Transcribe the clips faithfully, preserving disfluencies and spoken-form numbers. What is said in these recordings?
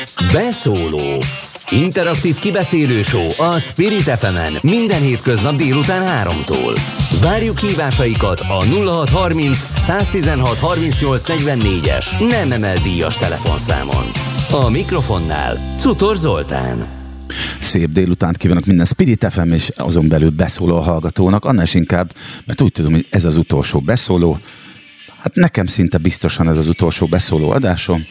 Beszóló. Interaktív kibeszélő show a Spirit ef emen minden hétköznap délután háromtól. Várjuk hívásaikat a nulla hat harminc száztizenhat harmincnyolc negyvennégyes nem emel díjas telefonszámon. A mikrofonnál Czutor Zoltán. Szép délutánt kívánok minden Spirit ef em és azon belül beszóló hallgatónak, annál is inkább, mert úgy tudom, hogy ez az utolsó beszóló. Hát nekem szinte biztosan ez az utolsó beszóló adásom,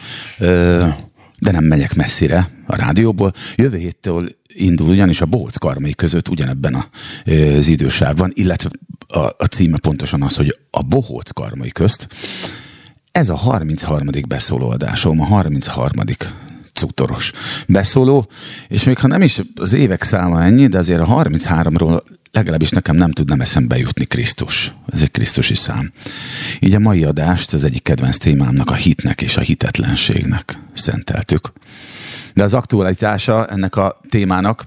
de nem megyek messzire a rádióból. Jövő héttől indul ugyanis a Bohóc Karmai között ugyanebben az idősávban, illetve a, a címe pontosan az, hogy a Bohóc Karmai közt. Ez a harmincharmadik beszóló adásom, a harmincharmadik cutoros beszóló, és még ha nem is az évek száma ennyi, de azért a harmincháromról legalábbis nekem nem tudnám eszembe jutni Krisztus. Ez egy krisztusi szám. Így a mai adást az egyik kedvenc témámnak, a hitnek és a hitetlenségnek szenteltük. De az aktualitása ennek a témának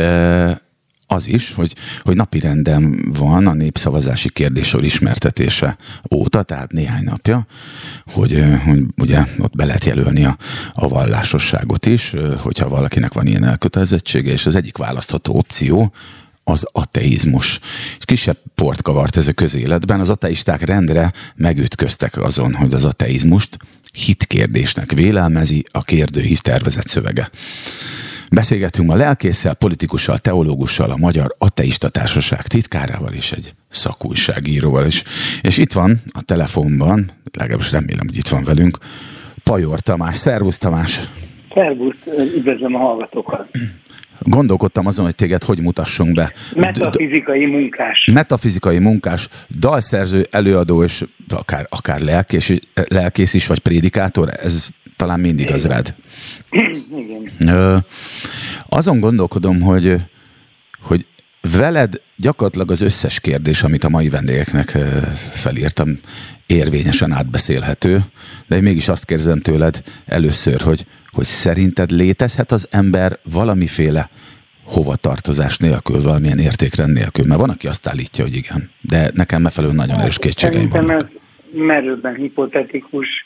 az is, hogy, hogy napirenden van a népszavazási kérdéssor ismertetése óta, tehát néhány napja, hogy, hogy ugye ott be lehet jelölni a, a vallásosságot is, hogyha valakinek van ilyen elkötelezettsége, és az egyik választható opció az ateizmus. És kisebb port kavart ez a közéletben, az ateisták rendre megütköztek azon, hogy az ateizmust hitkérdésnek vélelmezi a kérdőív tervezett szövege. Beszélgetünk a lelkésszel, politikussal, teológussal, a Magyar Ateista Társaság titkárával és egy szakújságíróval is. És itt van a telefonban, legalábbis remélem, hogy itt van velünk, Pajor Tamás. Szervusz, Tamás! Szervusz, üdvözlöm a hallgatókat! Gondolkodtam azon, hogy téged hogy mutassunk be. Metafizikai munkás. Metafizikai munkás, dalszerző, előadó, és akár, akár lelkész, lelkész is, vagy prédikátor, ez talán mindig az rád. Igen. Ö, azon gondolkodom, hogy, hogy veled gyakorlatilag az összes kérdés, amit a mai vendégeknek felírtam, érvényesen átbeszélhető, de én mégis azt kérdezem tőled először, hogy, hogy szerinted létezhet az ember valamiféle hovatartozás nélkül, valamilyen értékrend nélkül? Mert van, aki azt állítja, hogy igen, de nekem megfelelően nagyon erős kétségeim vannak. Szerintem ez merőben hipotetikus,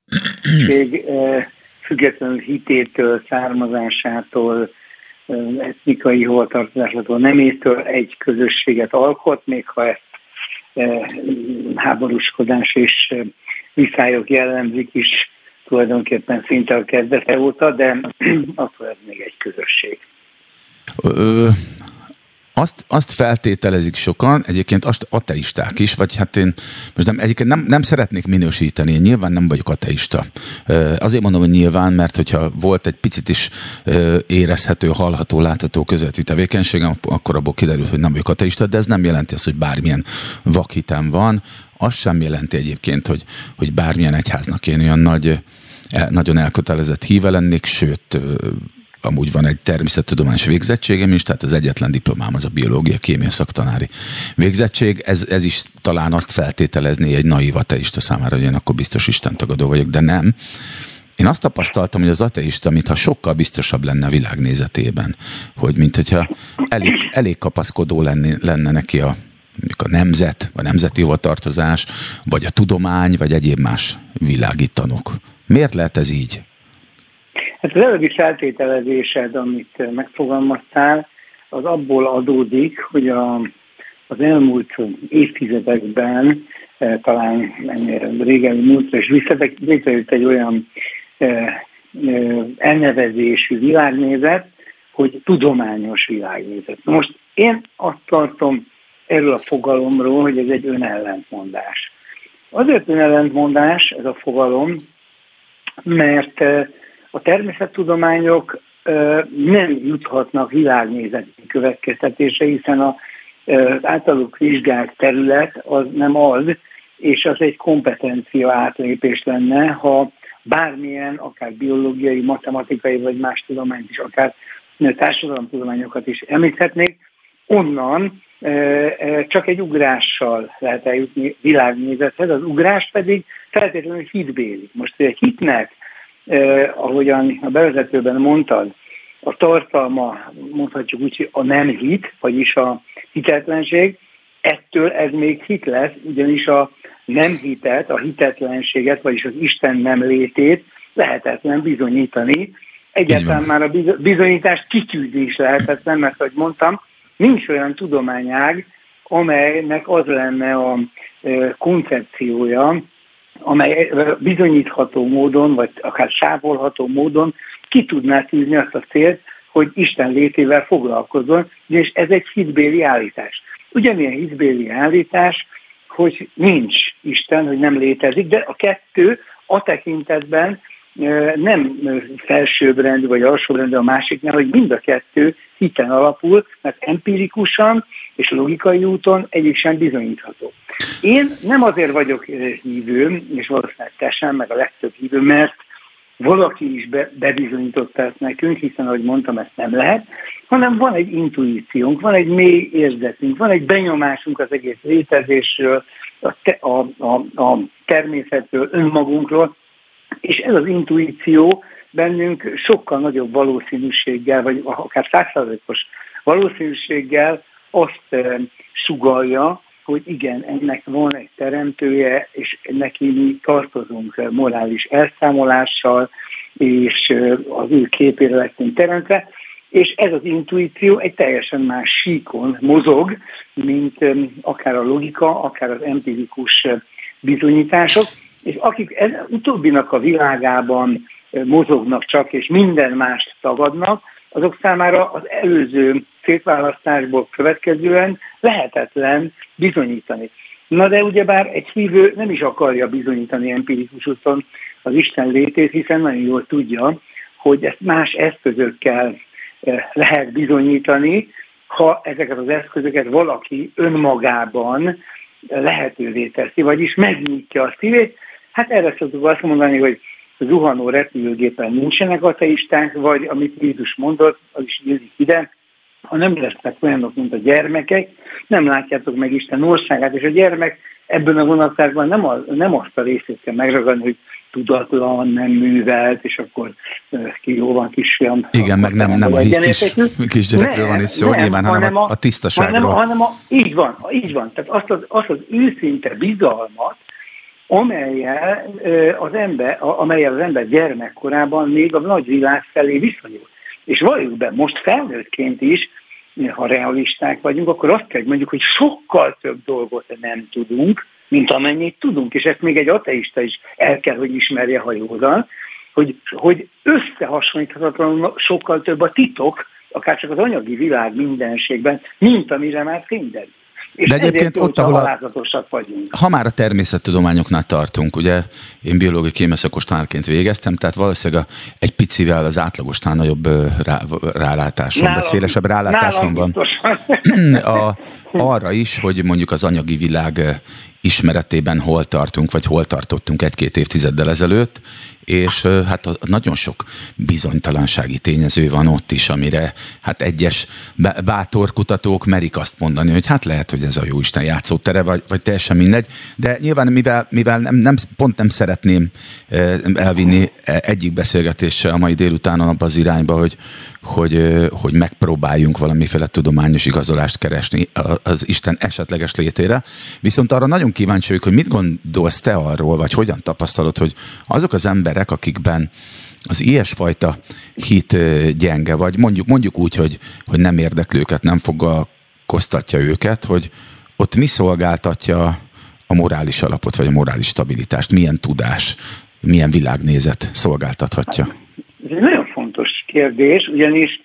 függetlenül hitétől, származásától, etnikai hovatartozásától, nemétől egy közösséget alkot, még ha ezt háborúskodás és viszályok jellemzik is tulajdonképpen szinte a kezdete óta, de attól ez még egy közösség. Ö, azt, azt feltételezik sokan, egyébként azt ateisták is, vagy hát én most nem, egyébként nem, nem szeretnék minősíteni, én nyilván nem vagyok ateista. Azért mondom, hogy nyilván, mert hogyha volt egy picit is érezhető, hallható, látható közötti tevékenységem, akkor abból kiderült, hogy nem vagyok ateista, de ez nem jelenti azt, hogy bármilyen vakhitem van. Az sem jelenti egyébként, hogy, hogy bármilyen egyháznak én olyan nagy, nagyon elkötelezett híve lennék, sőt, amúgy van egy természettudományos végzettségem is, tehát az egyetlen diplomám az a biológia, kémia szaktanári végzettség. Ez, ez is talán azt feltételezné egy naív ateista számára, hogy én akkor biztos istentagadó vagyok, de nem. Én azt tapasztaltam, hogy az ateista, mintha sokkal biztosabb lenne a világnézetében, hogy mint hogyha elég, elég kapaszkodó lenne, lenne neki a, a nemzet, a nemzeti hovatartozás, vagy a tudomány, vagy egyéb más világi tanok. Miért lehet ez így? Hát az előbbi feltételezésed, amit megfogalmaztál, az abból adódik, hogy a, az elmúlt évtizedekben, e, talán ennél régebbi múltra is létrejött egy olyan e, e, elnevezésű világnézet, hogy tudományos világnézet. Most én azt tartom erről a fogalomról, hogy ez egy önellentmondás. Azért önellentmondás ez a fogalom, mert a természettudományok nem juthatnak világnézeti következtetése, hiszen az általuk vizsgált terület az nem az, és az egy kompetencia átlépés lenne, ha bármilyen, akár biológiai, matematikai, vagy más tudományt is, akár társadalomtudományokat is említhetnék, onnan csak egy ugrással lehet eljutni világnézethez, az ugrás pedig feltétlenül hitbéli. Most egy hitnek, Eh, ahogyan a bevezetőben mondtad, a tartalma, mondhatjuk úgy, hogy a nem hit, vagyis a hitetlenség, ettől ez még hit lesz, ugyanis a nem hitet, a hitetlenséget, vagyis az Isten nem létét lehetetlen bizonyítani, Egyáltalán már a bizonyítást kitűzni is lehetetlen, mert ahogy mondtam, nincs olyan tudományág, amelynek az lenne a koncepciója, amely bizonyítható módon, vagy akár sávolható módon ki tudná tűzni azt a célt, hogy Isten létével foglalkozzon, és ez egy hitbéli állítás. Ugyanilyen hitbéli állítás, hogy nincs Isten, hogy nem létezik, de a kettő a tekintetben nem felsőbbrendű vagy alsóbbrendű a másiknál, hogy mind a kettő hiten alapul, mert empirikusan és logikai úton egyik sem bizonyítható. Én nem azért vagyok hívő, és valószínűleg te sem, meg a legtöbb hívő, mert valaki is be, bebizonyította ezt nekünk, hiszen, ahogy mondtam, ezt nem lehet, hanem van egy intuíciónk, van egy mély érzetünk, van egy benyomásunk az egész létezésről, a, te, a, a, a természetről, önmagunkról, és ez az intuíció bennünk sokkal nagyobb valószínűséggel, vagy akár száz százalékos valószínűséggel azt e, sugallja, hogy igen, ennek van egy teremtője, és neki mi tartozunk morális elszámolással, és az ő képére lettünk teremtve, és ez az intuíció egy teljesen más síkon mozog, mint akár a logika, akár az empirikus bizonyítások, és akik ez utóbbinak a világában mozognak csak, és minden mást tagadnak, azok számára az előző szétválasztásból következően lehetetlen bizonyítani. Na de ugyebár egy hívő nem is akarja bizonyítani empirikus úton az Isten létét, hiszen nagyon jól tudja, hogy ezt más eszközökkel lehet bizonyítani, ha ezeket az eszközöket valaki önmagában lehetővé teszi, vagyis megnyitja a szívét. Hát erre szoktuk azt mondani, hogy zuhanó repülőgépen nincsenek ateisták, vagy amit Jézus mondott, az is illik ide, ha nem lesznek olyanok, mint a gyermekek, nem látjátok meg Isten országát, és a gyermek ebben a vonatkozásban nem, a, nem azt a részét kell megragadni, hogy tudatlan, nem művelt, és akkor ki jó van, kisfiam. Igen, meg nem, nem a hisztis kisgyerekről van itt szó, nem, nyilván, hanem, hanem a, a tisztaságról. Hanem, hanem a, így van, így van. Tehát azt az, azt az őszinte bizalmat, amelyel az ember, amelyel az ember gyermekkorában még a nagy világ felé viszonyul. És valljuk be, most felnőttként is, ha realisták vagyunk, akkor azt kell, hogy mondjuk, hogy sokkal több dolgot nem tudunk, mint amennyit tudunk, és ezt még egy ateista is el kell, hogy ismerje hajózan, hogy, hogy összehasonlíthatatlanul sokkal több a titok, akár csak az anyagi világ mindenségben, mint amire már fényderül. És de egyébként ott, ahol a, vagyunk. Ha már a természettudományoknál tartunk, ugye én biológiai kémiaszakos tanárként végeztem, tehát valószínűleg a, egy picivel az átlagosnál nagyobb rá, rálátásom, nálam, vagy szélesebb rálátásom van a, arra is, hogy mondjuk az anyagi világ ismeretében hol tartunk, vagy hol tartottunk egy-két évtizeddel ezelőtt, és hát nagyon sok bizonytalansági tényező van ott is, amire hát egyes bátor kutatók merik azt mondani, hogy hát lehet, hogy ez a jóisten játszótere, vagy, vagy teljesen mindegy, de nyilván mivel, mivel nem, nem, pont nem szeretném elvinni egyik beszélgetéssel a mai délutánon abba az irányba, hogy, hogy, hogy megpróbáljunk valamiféle tudományos igazolást keresni az Isten esetleges létére, viszont arra nagyon kíváncsi vagyok, hogy mit gondolsz te arról, vagy hogyan tapasztalod, hogy azok az emberek, akikben az ilyesfajta hit gyenge, vagy mondjuk, mondjuk úgy, hogy, hogy nem érdekli őket, nem foglalkoztatja őket, hogy ott mi szolgáltatja a morális alapot, vagy a morális stabilitást, milyen tudás, milyen világnézet szolgáltathatja? Ez egy nagyon fontos kérdés, ugyanis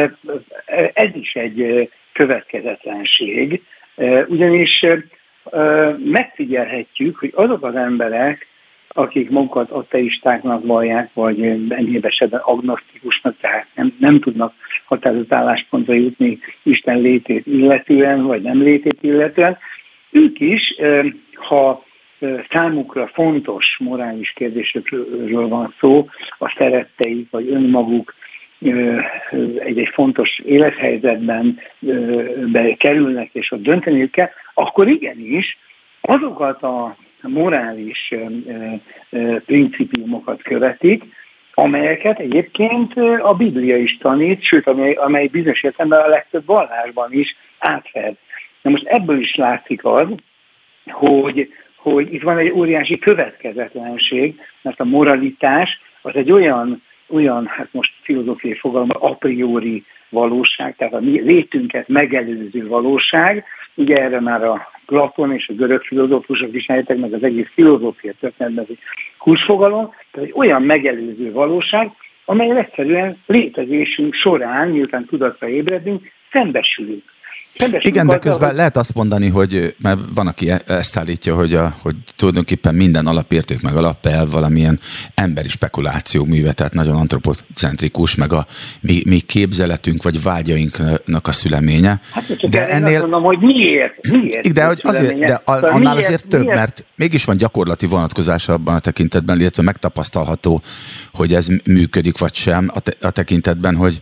ez is egy következetlenség, ugyanis megfigyelhetjük, hogy azok az emberek, akik magukat ateistáknak vallják, vagy ennyiben esetben agnosztikusnak, tehát nem, nem tudnak határozott álláspontra jutni Isten létét illetően, vagy nem létét illetően, ők is, ha számukra fontos morális kérdésekről van szó, a szeretteik, vagy önmaguk egy-egy fontos élethelyzetben kerülnek, és ott dönteniük kell, akkor igenis azokat a morális principiumokat követik, amelyeket egyébként a Biblia is tanít, sőt, amely, amely bizonyos értelemben a legtöbb vallásban is átfed. Na most ebből is látszik az, hogy, hogy itt van egy óriási következetlenség, mert a moralitás az egy olyan, olyan, hát most filozófiai fogalma, a priori valóság, tehát a mi létünket megelőző valóság. Ugye erre már a Platon és a görög filozófusok is eljöttek, meg az egész filozófia történetben egy kulcsfogalom, tehát egy olyan megelőző valóság, amely egyszerűen létezésünk során, miután tudatra ébredünk, szembesülünk. Szembesülünk. Igen, de azzal, közben hogy... lehet azt mondani, hogy mert van, aki ezt állítja, hogy, a, hogy tulajdonképpen minden alapérték meg alapelv valamilyen emberi spekuláció műve, tehát nagyon antropocentrikus, meg a mi, mi képzeletünk vagy vágyainknak a szüleménye. Hát csak de ennél... azt mondom, hogy miért? miért de, hogy azért, de annál miért, azért több, miért? Mert mégis van gyakorlati vonatkozása abban a tekintetben, illetve megtapasztalható, hogy ez működik vagy sem a, te, a tekintetben, hogy,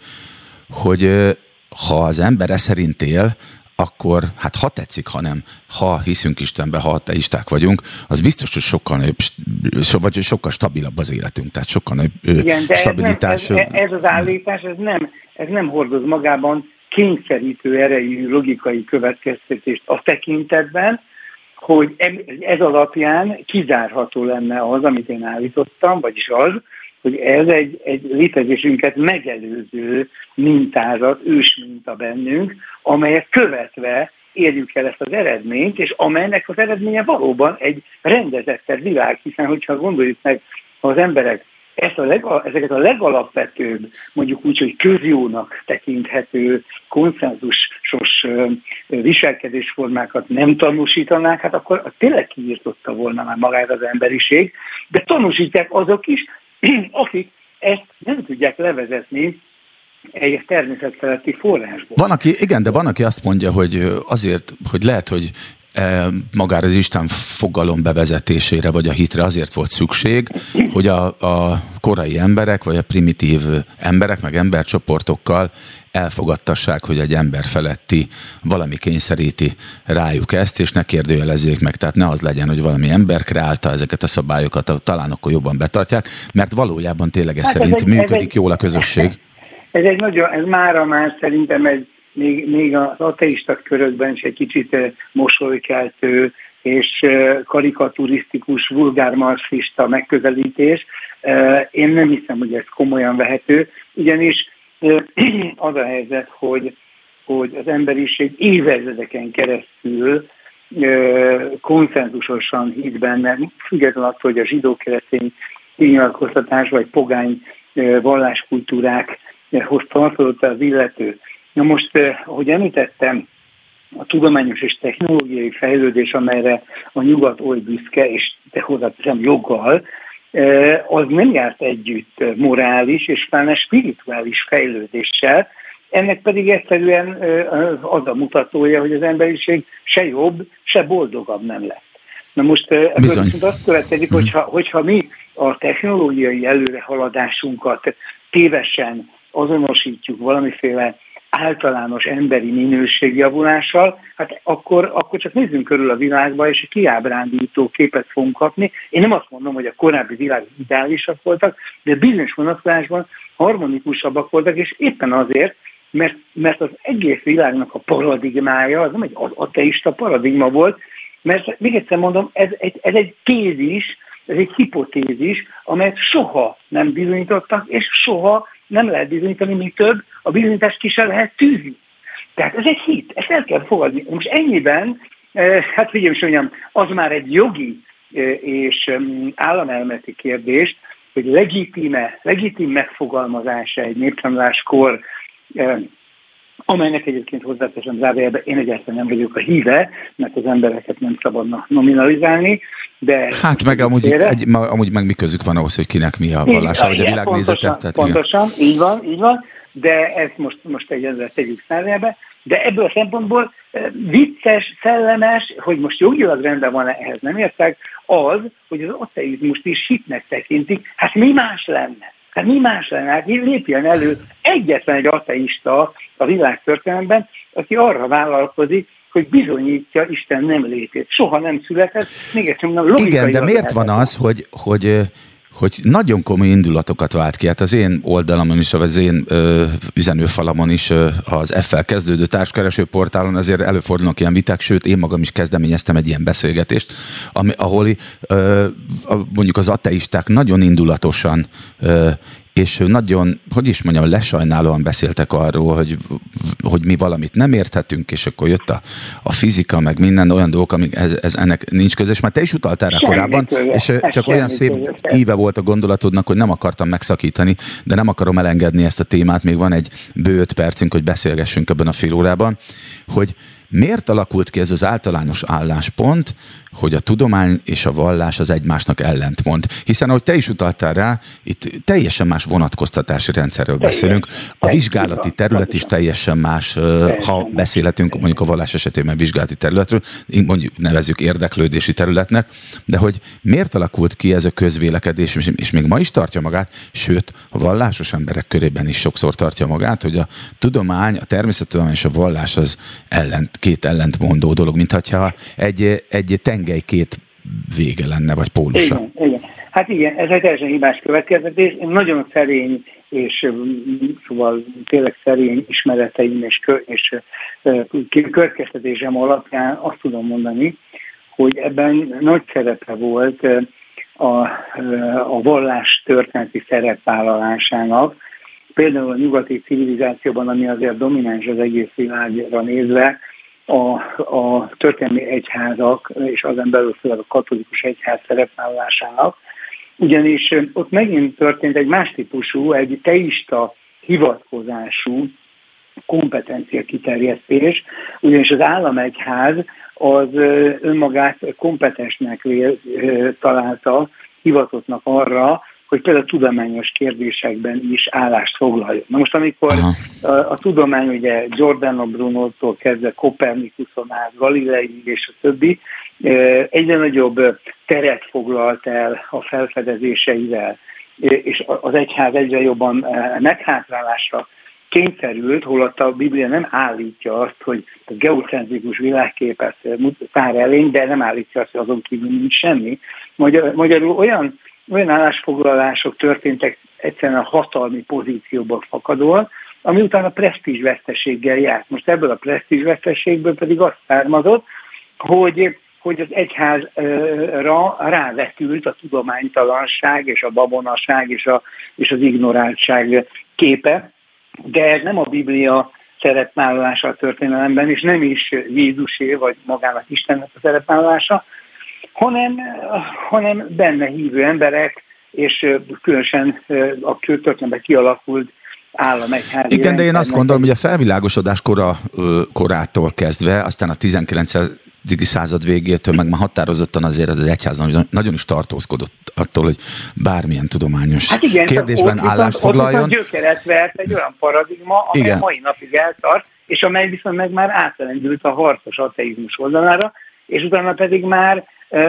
hogy ha az ember e szerint él, akkor, hát ha tetszik, ha nem, ha hiszünk Istenbe, ha ateisták vagyunk, az biztos, hogy sokkal nagyobb, vagy sokkal stabilabb az életünk, tehát sokkal nagyobb Igen, de stabilitás. Ez, nem, ez, ez az állítás, ez nem, ez nem hordoz magában kényszerítő erejű logikai következtetést a tekintetben, hogy ez alapján kizárható lenne az, amit én állítottam, vagyis az, hogy ez egy, egy létezésünket megelőző mintázat, ős minta bennünk, amelyet követve érjük el ezt az eredményt, és amelynek az eredménye valóban egy rendezettebb világ, hiszen hogyha gondoljuk meg, ha az emberek ezt a leg, ezeket a legalapvetőbb, mondjuk úgy, hogy közjónak tekinthető, konszenzusos viselkedésformákat nem tanúsítanák, hát akkor tényleg kiírtotta volna már magát az emberiség, de tanúsítják azok is, akik ezt nem tudják levezetni egy természetfeletti forrásból. Van, aki, igen, de van, aki azt mondja, hogy azért, hogy lehet, hogy magára az Isten fogalom bevezetésére, vagy a hitre azért volt szükség, hogy a, a korai emberek, vagy a primitív emberek, meg embercsoportokkal elfogadtassák, hogy egy ember feletti valami kényszeríti rájuk ezt, és ne kérdőjelezzék meg. Tehát ne az legyen, hogy valami ember kreálta ezeket a szabályokat, talán akkor jobban betartják, mert valójában tényleg ez hát szerint ez egy, működik ez egy, jól a közösség. Ez egy nagyon, ez mára már szerintem egy Még, még az ateista körökben is egy kicsit mosolykeltő és karikaturisztikus, vulgár marxista megközelítés. Én nem hiszem, hogy ez komolyan vehető, ugyanis az a helyzet, hogy, hogy az emberiség évezredeken keresztül konszenzusosan hitt benne, függetlenül attól, hogy a zsidó-keresztény kinyilatkoztatás vagy pogány valláskultúrákhoz tartozott az illető. Na most, ahogy említettem, a tudományos és technológiai fejlődés, amelyre a nyugat oly büszke, és te hozzáteszem joggal, az nem járt együtt morális és pláne spirituális fejlődéssel, ennek pedig egyszerűen az a mutatója, hogy az emberiség se jobb, se boldogabb nem lett. Na most ebből viszont azt következik, hogyha, hogyha mi a technológiai előrehaladásunkat tévesen azonosítjuk valamiféle általános emberi minőségjavulással, hát akkor, akkor csak nézzünk körül a világba, és egy kiábrándító képet fogunk kapni. Én nem azt mondom, hogy a korábbi világ ideálisak voltak, de bizonyos vonatkozásban harmonikusabbak voltak, és éppen azért, mert, mert az egész világnak a paradigmája, az nem egy ateista paradigma volt, mert még egyszer mondom, ez egy, ez egy tézis, ez egy hipotézis, amelyet soha nem bizonyítottak, és soha nem lehet bizonyítani, mi több, a bizonyítást ki se lehet tűzni. Tehát ez egy hit, ezt el kell fogadni. Most ennyiben, hát figyelj, is mondjam, az már egy jogi és államelméleti kérdés, hogy legitime, legitim megfogalmazása egy néptanúláskor, amelynek egyébként hozzáteszem zárójelbe, én egyáltalán nem vagyok a híve, mert az embereket nem szabadna nominalizálni, de... Hát meg amúgy, egy, amúgy meg mi közük van ahhoz, hogy kinek mi a vallása, vagy a világnézete. Pontosan, pontosan így van, így van, de ezt most, most egyelőre tegyük zárójelbe, de ebből a szempontból vicces, szellemes, hogy most jogilag rendben van, ehhez nem értek, az, hogy az ateizmust is hitnek tekintik, hát mi más lenne? Hát mi más lenne? Hát lépjen elő egyetlen egy ateista a világtörténelemben, aki arra vállalkozik, hogy bizonyítja Isten nem létét. Soha nem született, még egyszer mondom, logikai. Igen, de miért van az, hogy, hogy, hogy nagyon komoly indulatokat vált ki? Hát az én oldalamon is, vagy az én ö, üzenőfalamon is, ö, az F-fel kezdődő társkereső portálon azért előfordulnak ilyen viták, sőt, én magam is kezdeményeztem egy ilyen beszélgetést, ami, ahol ö, mondjuk az ateisták nagyon indulatosan ö, és nagyon, hogy is mondjam, lesajnálóan beszéltek arról, hogy, hogy mi valamit nem érthetünk, és akkor jött a, a fizika, meg minden olyan dolgok, amik ez, ez ennek nincs köze, és már te is utaltál rá korábban, köze, és csak olyan szép köze. Íve volt a gondolatodnak, hogy nem akartam megszakítani, de nem akarom elengedni ezt a témát, még van egy bő öt percünk, hogy beszélgessünk ebben a fél órában, hogy miért alakult ki ez az általános álláspont, hogy a tudomány és a vallás az egymásnak ellentmond? Hiszen, ahogy te is utaltál rá, itt teljesen más vonatkoztatási rendszerről beszélünk. A vizsgálati terület is teljesen más, ha beszélhetünk mondjuk a vallás esetében vizsgálati területről, mondjuk nevezzük érdeklődési területnek, de hogy miért alakult ki ez a közvélekedés, és még ma is tartja magát, sőt, a vallásos emberek körében is sokszor tartja magát, hogy a tudomány, a természettudomány és a vallás az ellent, két ellentmondó dolog, mintha egy, egy tengely két vége lenne, vagy pólusa. Igen, igen. Hát igen, ez egy teljesen hibás következtetés. Én nagyon szerény, és szóval tényleg szerény ismereteim és, kö, és következtetésem alapján azt tudom mondani, hogy ebben nagy szerepe volt a, a vallás történeti szerepvállalásának. Például a nyugati civilizációban, ami azért domináns az egész világra nézve, a, a történelmi egyházak, és azon belül főleg a katolikus egyház szerepvállalásának, ugyanis ott megint történt egy más típusú, egy teista hivatkozású kompetencia kiterjesztés, ugyanis az államegyház az önmagát kompetensnek találta, hivatottnak arra, hogy például tudományos kérdésekben is állást foglaljon. Na most, amikor a, a tudomány ugye Giordano Brunótól kezdve Kopernikuson át, Galilei és a többi, egyre nagyobb teret foglalt el a felfedezéseivel, és az egyház egyre jobban meghátrálásra kényszerült, holott a Biblia nem állítja azt, hogy a geocentrikus világképet tár elénk, de nem állítja azt, hogy azon kívül nincs semmi. Magyar, magyarul olyan olyan állásfoglalások történtek egyszerűen a hatalmi pozícióból fakadóan, ami utána presztízsveszteséggel járt. Most ebből a presztízsveszteségből pedig azt származott, hogy, hogy az egyházra rávetült a tudománytalanság és a babonaság és, a, és az ignoráltság képe, de ez nem a Biblia szerepvállalása a történelemben, és nem is Jézusé vagy magának Istennek a szerepvállalása, hanem, hanem benne hívő emberek, és különösen a történelemben kialakult államegyházi. Igen, de én azt gondolom, hogy a felvilágosodás kora, korától kezdve, aztán a tizenkilencedik század végétől meg már határozottan azért az egyház nagyon is tartózkodott attól, hogy bármilyen tudományos hát igen, kérdésben ott állást viszont, foglaljon. Ott viszont gyökeret vert egy olyan paradigma, amely igen. mai napig eltart, és amely viszont meg már átlendült a harcos ateizmus oldalára, és utána pedig már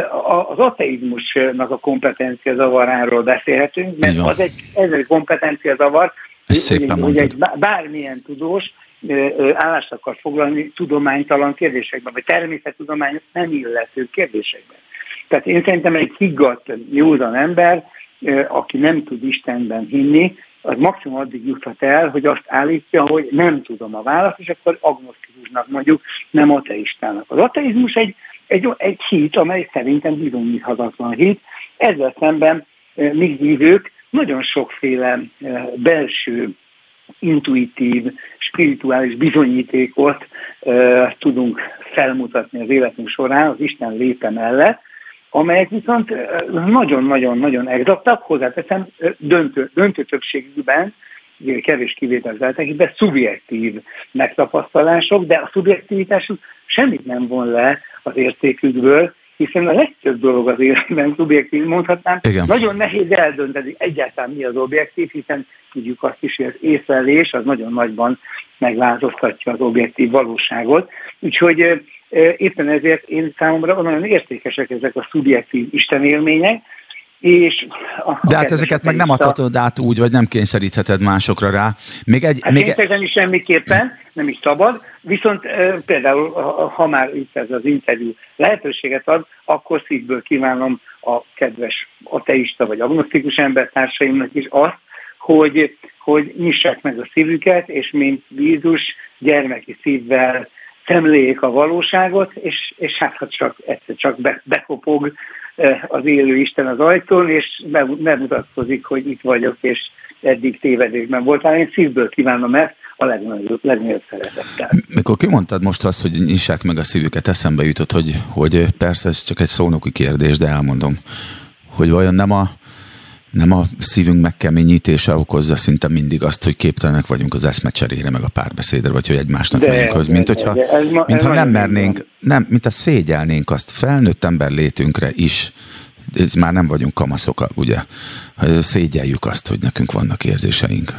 az ateizmusnak a kompetencia zavaráról beszélhetünk, mert az egy, ez egy kompetencia zavar, hogy, hogy egy bármilyen tudós állást akar foglalni tudománytalan kérdésekben, vagy természettudományos nem illető kérdésekben. Tehát én szerintem egy higgadt, józan ember, aki nem tud Istenben hinni, az maximum addig juthat el, hogy azt állítja, hogy nem tudom a választ, és akkor agnosztikusnak mondjuk, nem ateistának. Az ateizmus egy Egy, egy hit, amely szerintem bizonyíthatatlan hit. Ezzel szemben mi hívők nagyon sokféle belső, intuitív, spirituális bizonyítékot uh, tudunk felmutatni az életünk során az Isten léte mellett, amelyek viszont nagyon-nagyon-nagyon exaktak, hozzáteszem döntő, döntő többségükben, kevés kivétel tekintetben szubjektív megtapasztalások, de a szubjektivitásuk semmit nem von le az értékükből, hiszen a legtöbb dolog az életben szubjektív, mondhatnám. Igen. Nagyon nehéz eldönteni egyáltalán mi az objektív, hiszen tudjuk azt is, hogy az észlelés az nagyon nagyban megváltoztatja az objektív valóságot. Úgyhogy éppen ezért én számomra nagyon értékesek ezek a szubjektív istenélmények, és de hát ezeket meg nem adhatod át úgy, vagy nem kényszerítheted másokra rá. Még egy, hát még kényszeríteni semmiképpen, nem is szabad, viszont e, például, ha, ha már itt ez az interjú lehetőséget ad, akkor szívből kívánom a kedves ateista vagy agnosztikus embertársaimnak is azt, hogy, hogy nyissák meg a szívüket, és mint Jézus gyermeki szívvel szemléljék a valóságot, és, és hát ha csak egyszer csak be, bekopog az élő Isten az ajtón, és bemutatkozik, hogy itt vagyok, és eddig tévedésben voltál. Én szívből kívánom ezt a legnagyobb, legnagyobb szeretettel. Mikor kimondtad most azt, hogy nyissák meg a szívüket, eszembe jutott, hogy, hogy persze ez csak egy szónoki kérdés, de elmondom, hogy vajon nem a Nem a szívünk megkeményítése okozza szinte mindig azt, hogy képtelenek vagyunk az eszmecserére, meg a párbeszédre, vagy hogy egymásnak megyünk, hogy mint hogyha, de, de ma, mintha nem mernénk, nem, mint a szégyelnénk azt felnőtt ember létünkre is, már nem vagyunk kamaszok, ugye, szégyeljük azt, hogy nekünk vannak érzéseink.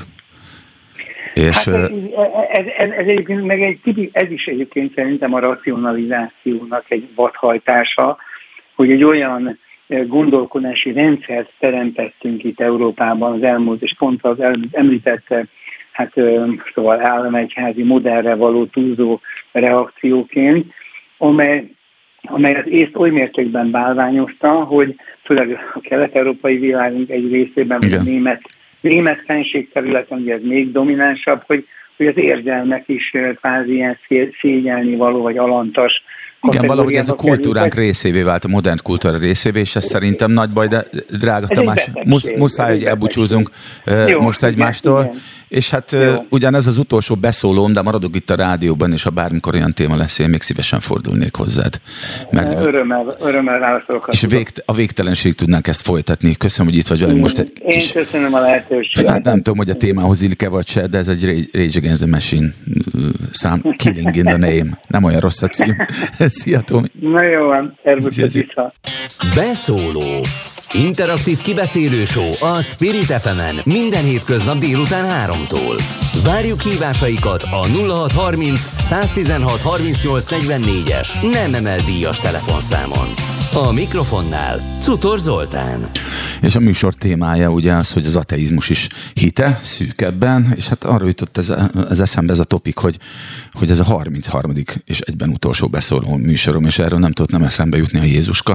És hát ez, ez, ez, ez, egyébként, meg egy, ez is egyébként szerintem a racionalizációnak egy vadhajtása, hogy egy olyan gondolkodási rendszert teremtettünk itt Európában az elmúlt, és pont az említette, hát szóval államegyházi modellre való túlzó reakcióként, amely, amely az észt oly mértékben bálványozta, hogy főleg a kelet-európai világunk egy részében, vagy a német, német fenségterületen, ugye ez még dominánsabb, hogy, hogy az érzelmek is kvázi ilyen szégyelni való, vagy alantas. Igen, valahogy ez a kultúránk részévé vált, a modern kultúra részévé, és ez szerintem nagy baj, de drága Tamás, musz, muszáj, hogy elbúcsúzunk jó, most egymástól. Igen. És hát jó. Ugyanez az utolsó beszólóm, de maradok itt a rádióban, és ha bármikor olyan téma lesz, én még szívesen fordulnék hozzád. Mert örömmel, örömmel válaszolok. És végt, a végtelenség tudnánk ezt folytatni. Köszönöm, hogy itt vagy velünk most. Egy én kis, köszönöm a lehetőséget. Hát nem tudom, hogy a témához illik-e vagy se, de ez egy Rage Against the Machine szám, Killing in the Name. Nem olyan rossz a cím. Szia, Tomi. Na jó van, szervusz vissza. Beszóló. Interaktív kibeszélő show a Spirit ef emen minden hétköznap délután háromtól. Várjuk hívásaikat a nulla hat harminc száztizenhat harmincnyolc negyvennégyes nem emel díjas telefonszámon. A mikrofonnál Cutor Zoltán. És a műsor témája ugye az, hogy az ateizmus is hite szűkebben, és hát arra jutott ez, ez eszembe ez a topik, hogy, hogy ez a harmincharmadik és egyben utolsó beszóló műsorom, és erről nem tudott nem eszembe jutni a Jézuska.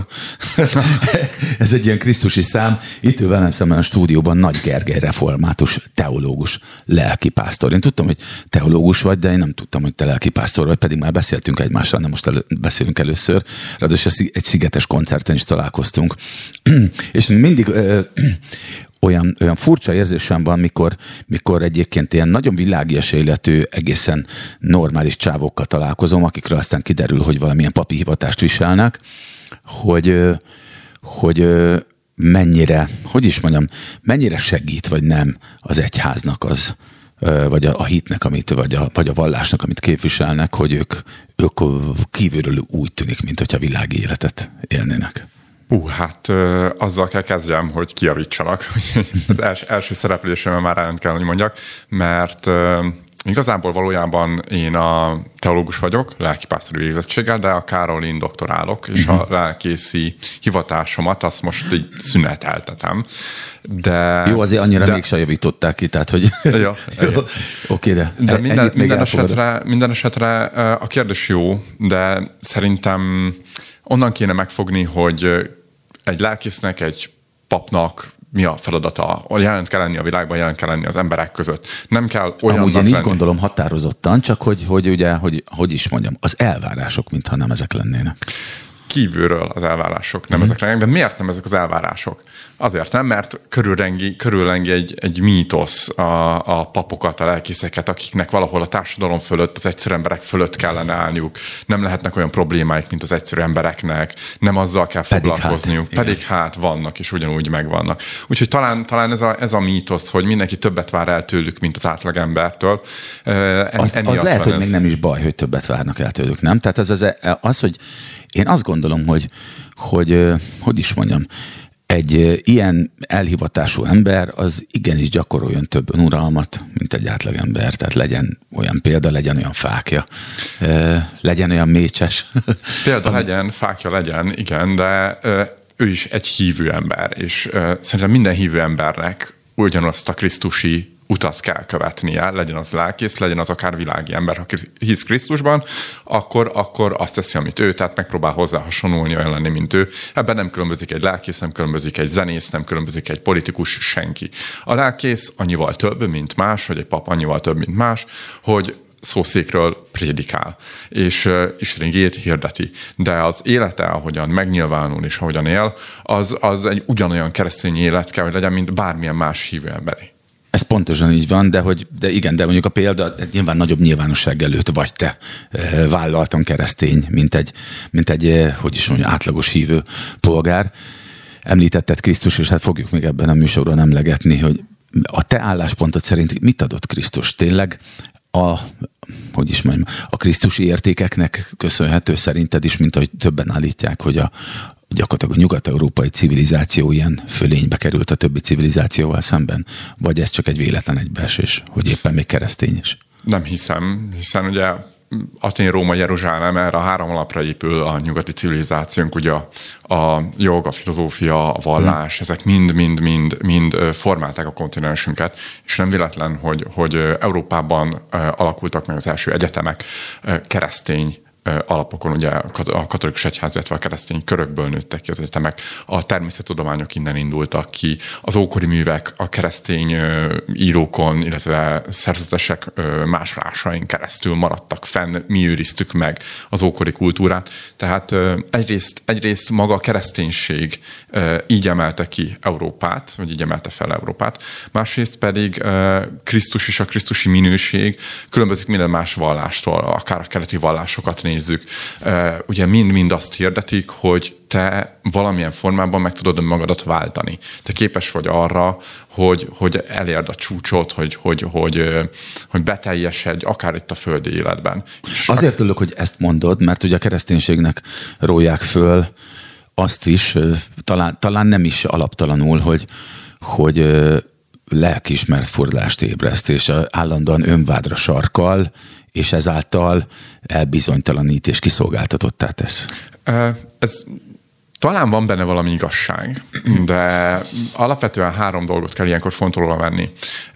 Ez egy ilyen krisztusi szám. Itt ül velem szemben a stúdióban Nagy Gergely református teológus, lelkipásztor. Én tudtam, hogy teológus vagy, de én nem tudtam, hogy te lelkipásztor vagy, pedig már beszéltünk egymással, nem most elő, beszélünk először. Ráadásul egy szigetes koncerten is találkoztunk. És mindig ö, olyan, olyan furcsa érzésem van, mikor, mikor egyébként ilyen nagyon világias életű, egészen normális csávokkal találkozom, akikről aztán kiderül, hogy valamilyen papi hivatást viselnek, hogy, hogy mennyire, hogy is mondjam, mennyire segít, vagy nem az egyháznak az, vagy a, a hitnek, amit, vagy, a, vagy a vallásnak, amit képviselnek, hogy ők, ők kívülről úgy tűnik, mint hogyha világi életet élnének. Ú, hát ö, azzal kell kezdjem, hogy kijavítsanak. Az els, első szereplésemben már ellent kell, hogy mondjak, mert ö, igazából valójában én a teológus vagyok, lelkipásztori végzettséggel, de a Károlin doktorálok, és a lelkészi hivatásomat azt most így szüneteltetem. De, jó, azért annyira de, mégsem javították ki, tehát hogy... Ja, jó, oké, de, de minden, minden, esetre, minden esetre a kérdés jó, de szerintem onnan kéne megfogni, hogy egy lelkésznek, egy papnak mi a feladata? Jelent kell lenni a világban, jelent kell lenni az emberek között. Nem kell olyan. Amúgy én így gondolom határozottan, csak hogy, hogy ugye, hogy, hogy is mondjam, az elvárások, mintha nem ezek lennének. Kívülről az elvárások nem mm. ezek lennének, de miért nem ezek az elvárások? Azért nem, mert körülrengi, körülrengi egy, egy mítosz a, a papokat, a lelkészeket, akiknek valahol a társadalom fölött, az egyszerű emberek fölött kellene állniuk. Nem lehetnek olyan problémáik, mint az egyszerű embereknek. Nem azzal kell pedig foglalkozniuk. Hát, pedig hát vannak, és ugyanúgy megvannak. Úgyhogy talán, talán ez, a, ez a mítosz, hogy mindenki többet vár el tőlük, mint az átlagembertől. En, az, az lehet, hogy ez... még nem is baj, hogy többet várnak el tőlük, nem? Tehát ez az, az hogy én azt gondolom, hogy hogy, hogy is mondjam, egy ilyen elhivatású ember az igenis gyakoroljon több önuralmat, mint egy átlagember. Tehát legyen olyan példa, legyen olyan fákja, legyen olyan mécses. Példa legyen, fákja legyen, igen, de ő is egy hívő ember, és szerintem minden hívő embernek ugyanazt a krisztusi utat kell követnie, legyen az lelkész, legyen az akár világi ember, ha hisz Krisztusban, akkor, akkor azt teszi, amit ő, tehát megpróbál hozzá hasonlulni, olyan lenni, mint ő. Ebben nem különbözik egy lelkész, nem különbözik egy zenész, nem különbözik egy politikus, senki. A lelkész annyival több, mint más, vagy egy pap annyival több, mint más, hogy szószékről prédikál, és uh, Isten igét hirdeti. De az élete, ahogyan megnyilvánul és ahogyan él, az, az egy ugyanolyan keresztény élet kell, hogy legyen, mint bármilyen más hívő emberi. Ez pontosan így van, de, hogy, de igen, de mondjuk a példa nyilván nagyobb nyilvánosság előtt vagy te e, vállaltan keresztény, mint egy, mint egy e, hogy is mondjam, átlagos hívő polgár. Említetted Krisztus, és hát fogjuk még ebben a műsorban emlegetni, hogy a te álláspontod szerint mit adott Krisztus? Tényleg a, hogy is mondjam, a krisztusi értékeknek köszönhető szerinted is, mint ahogy többen állítják, hogy a gyakorlatilag a nyugat-európai civilizáció ilyen fölénybe került a többi civilizációval szemben? Vagy ez csak egy véletlen egybeesés, hogy éppen még keresztény is? Nem hiszem, hiszen ugye Atén, Róma, Jeruzsálem, erre a három alapra épül a nyugati civilizációnk, ugye a, a jog, a filozófia, a vallás, hmm. ezek mind-mind-mind mind formálták a kontinensünket, és nem véletlen, hogy, hogy Európában alakultak meg az első egyetemek keresztény alapokon, ugye a katolikus egyház, illetve a keresztény körökből nőttek ki az egyetemek, a természettudományok innen indultak ki, az ókori művek a keresztény írókon, illetve szerzetesek másolásain keresztül maradtak fenn, mi őriztük meg az ókori kultúrát. Tehát egyrészt, egyrészt maga a kereszténység így emelte ki Európát, vagy így emelte fel Európát, másrészt pedig Krisztus és a krisztusi minőség különbözik minden más vallástól, akár a keleti vallásokat nézzük. Ugye mind-mind azt hirdetik, hogy te valamilyen formában meg tudod magadat váltani. Te képes vagy arra, hogy, hogy elérd a csúcsot, hogy, hogy, hogy, hogy beteljesedj akár itt a földi életben. Azért örülök, hogy ezt mondod, mert ugye a kereszténységnek róják föl azt is, talán, talán nem is alaptalanul, hogy, hogy lelkiismert fordulást ébreszt, és állandóan önvádra sarkal, és ezáltal elbizonytalanít és kiszolgáltatottá tesz. Ez talán van benne valami igazság, de alapvetően három dolgot kell ilyenkor fontolóra venni.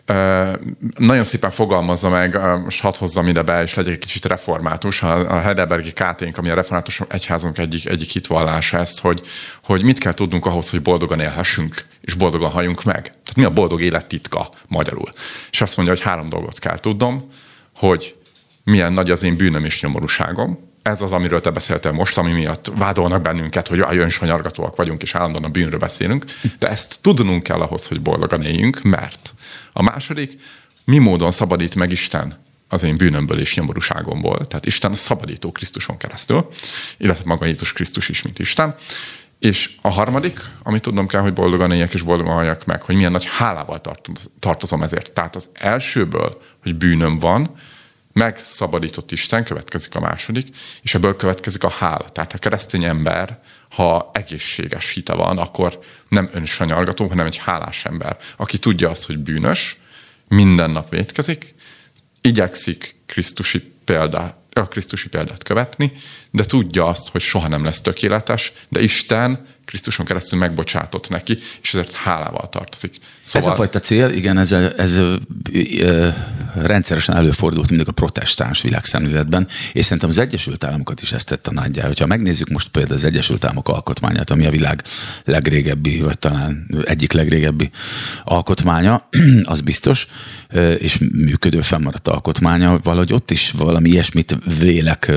Nagyon szépen fogalmazza meg, most hadd hozzam ide be, és legyek egy kicsit református, a Heidelbergi káténk, ami a református egyházunk egyik, egyik hitvallása ezt, hogy, hogy mit kell tudnunk ahhoz, hogy boldogan élhessünk, és boldogan halljunk meg. Tehát mi a boldog élet titka magyarul? És azt mondja, hogy három dolgot kell tudnom, hogy milyen nagy az én bűnöm és nyomorúságom. Ez az, amiről te beszéltél most, ami miatt vádolnak bennünket, hogy jaj, önsanyargatóak vagyunk, és állandóan a bűnről beszélünk. De ezt tudnunk kell ahhoz, hogy boldogan éljünk, mert a második, mi módon szabadít meg Isten az én bűnömből és nyomorúságomból. Tehát Isten a szabadító Krisztuson keresztül, illetve maga Jézus Krisztus is, mint Isten. És a harmadik, amit tudnom kell, hogy boldogan éljek és boldogan halljak meg, hogy milyen nagy hálával tartozom ezért. Tehát az elsőből, hogy bűnöm van, megszabadított Isten, következik a második, és ebből következik a hála. Tehát a keresztény ember, ha egészséges hite van, akkor nem önsanyargató, hanem egy hálás ember, aki tudja azt, hogy bűnös, minden nap vétkezik, igyekszik Krisztusi példát, a Krisztusi példát követni, de tudja azt, hogy soha nem lesz tökéletes, de Isten Krisztuson keresztül megbocsátott neki, és ezért hálával tartozik. Szóval... Ez a fajta cél, igen, ez, ez, ez ö, rendszeresen előfordult mindig a protestáns világszemléletben, és szerintem az Egyesült Államokat is ezt tett tanágyá. Hogyha megnézzük most például az Egyesült Államok alkotmányát, ami a világ legrégebbi, vagy talán egyik legrégebbi alkotmánya, az biztos, és működő fennmaradt alkotmánya, valahogy ott is valami ilyesmit vélek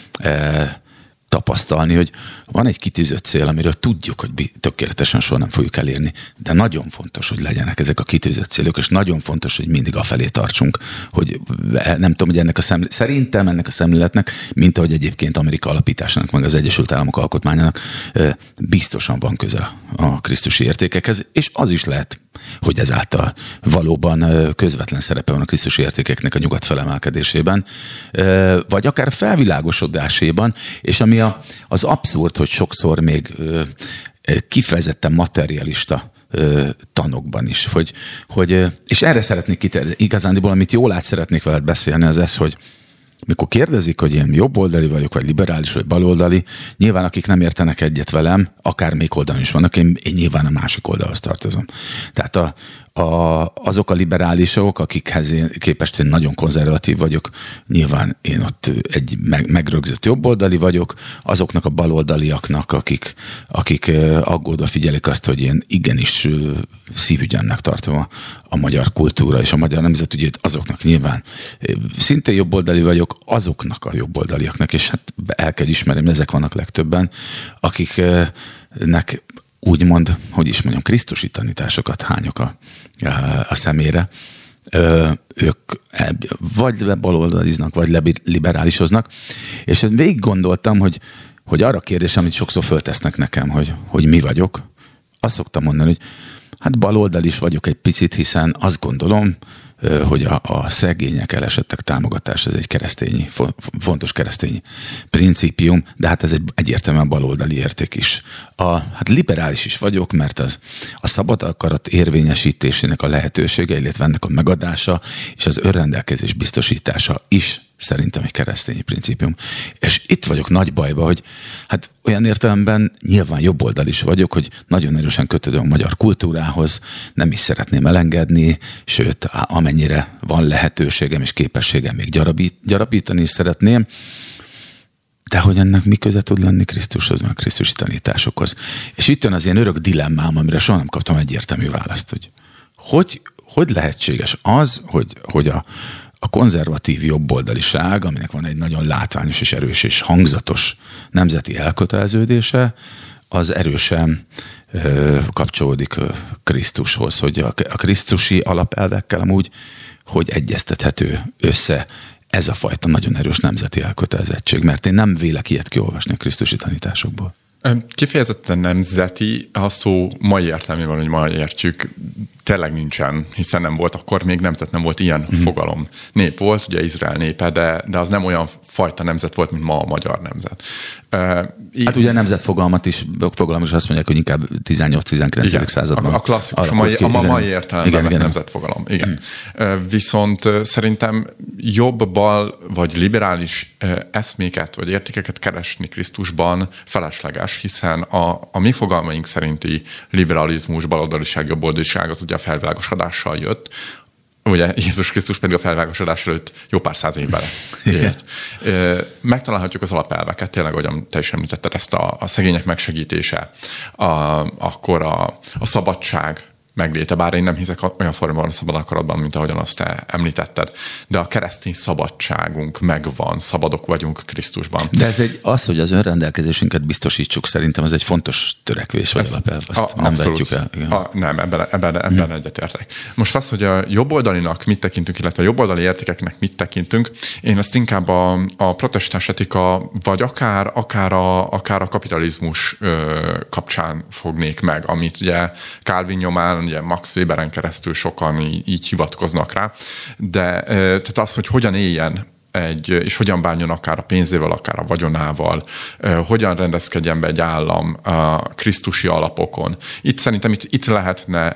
tapasztalni, hogy van egy kitűzött cél, amiről tudjuk, hogy tökéletesen soha nem fogjuk elérni, de nagyon fontos, hogy legyenek ezek a kitűzött célok, és nagyon fontos, hogy mindig afelé tartsunk, hogy nem tudom, hogy ennek a szemlélet, szerintem ennek a szemléletnek, mint ahogy egyébként Amerika alapításának, meg az Egyesült Államok alkotmányának biztosan van köze a krisztusi értékekhez, és az is lehet, hogy ezáltal valóban közvetlen szerepe van a krisztusi értékeknek a nyugat felemelkedésében, vagy akár felvilágosodásában, és ami a, az abszurd, hogy sokszor még kifejezetten materialista tanokban is, hogy, hogy és erre szeretnék kitérni. Igazándiból, amit jól át szeretnék veled beszélni, az ez, hogy mikor kérdezik, hogy én jobboldali vagyok, vagy liberális, vagy baloldali, nyilván akik nem értenek egyet velem, akár még oldalon is vannak, én, én nyilván a másik oldalhoz tartozom. Tehát a, a, azok a liberálisok, akikhez én képest én nagyon konzervatív vagyok, nyilván én ott egy meg, megrögzött jobboldali vagyok, azoknak a baloldaliaknak, akik, akik aggódva figyelik azt, hogy én igenis szívügyennek tartom a, a magyar kultúra és a magyar nemzetügyét, azoknak nyilván szintén jobboldali vagyok, azoknak a jobboldaliaknak, és hát el kell ismerni, ezek vannak legtöbben, akiknek úgymond, hogy is mondjam, krisztusi tanításokat hányok a, a szemére. Ö, ők vagy baloldaliznak, vagy liberálisoznak, és végig gondoltam, hogy, hogy arra kérdésem, amit sokszor föltesznek nekem, hogy, hogy mi vagyok, azt szoktam mondani, hogy hát baloldal is vagyok egy picit, hiszen azt gondolom, hogy a, a szegények, elesettek támogatása, ez egy keresztényi, fontos keresztényi principium, de hát ez egy egyértelműen baloldali érték is. A, hát liberális is vagyok, mert az, a szabad akarat érvényesítésének a lehetősége, illetve ennek a megadása és az önrendelkezés biztosítása is szerintem egy keresztényi principium. És itt vagyok nagy bajba, hogy hát olyan értelemben nyilván jobboldal is vagyok, hogy nagyon erősen kötődöm a magyar kultúrához, nem is szeretném elengedni, sőt, amennyire van lehetőségem és képességem még gyarabít, gyarapítani is szeretném, de hogy ennek mi köze tud lenni Krisztushoz, meg a krisztusi tanításokhoz. És itt jön az ilyen örök dilemmám, amire soha nem kaptam egyértelmű választ, hogy hogy, hogy lehetséges az, hogy, hogy a A konzervatív jobboldaliság, aminek van egy nagyon látványos és erős és hangzatos nemzeti elköteleződése, az erősen ö, kapcsolódik Krisztushoz, hogy a, a krisztusi alapelvekkel amúgy, hogy egyeztethető össze ez a fajta nagyon erős nemzeti elkötelezettség, mert én nem vélek ilyet kiolvasni a krisztusi tanításokból. Kifejezetten nemzeti, a szó mai értelmében, hogy ma értjük, tényleg nincsen, hiszen nem volt, akkor még nemzet nem volt ilyen mm. fogalom. Nép volt, ugye Izrael népe, de, de az nem olyan fajta nemzet volt, mint ma a magyar nemzet. Uh, így, hát ugye a nemzetfogalmat is, fogalom is azt mondják, hogy inkább tizennyolc-tizenkilencedik században. A, a klasszikus, a mai, a mai értelemben igen, nemzetfogalom. Igen. Mm. Uh, viszont uh, szerintem jobb, bal vagy liberális uh, eszméket vagy értékeket keresni Krisztusban felesleges, hiszen a, a mi fogalmaink szerinti liberalizmus, baloldaliság, jobboldaliság az ugye a felvilágosodással jött. Ugye Jézus Krisztus pedig a felvilágosodás előtt jó pár száz évvel élt. Megtalálhatjuk az alapelveket, tényleg, ahogyan te is említetted, ezt a, a szegények megsegítése, a, akkor a, a szabadság megléte, bár én nem hiszek olyan formában a szabad akaratban, mint ahogyan azt te említetted, de a keresztény szabadságunk megvan, szabadok vagyunk Krisztusban. De ez egy, az, hogy az önrendelkezésünket biztosítsuk, szerintem ez egy fontos törekvés, vagy alapelv, azt a, nem vetjük el. A, nem, ebben, ebben, ebben hmm. egyetértek. Most az, hogy a jobboldalinak mit tekintünk, illetve a jobboldali értékeknek mit tekintünk, én ezt inkább a, a protestáns etika, vagy akár, akár, a, akár a kapitalizmus ö, kapcsán fognék meg, amit ugye Calvin nyomán, ugye Max Weberen keresztül sokan így, így hivatkoznak rá, de tehát az, hogy hogyan éljen egy, és hogyan bánjon akár a pénzével, akár a vagyonával, hogyan rendezkedjen be egy állam a krisztusi alapokon. Itt szerintem itt, itt lehetne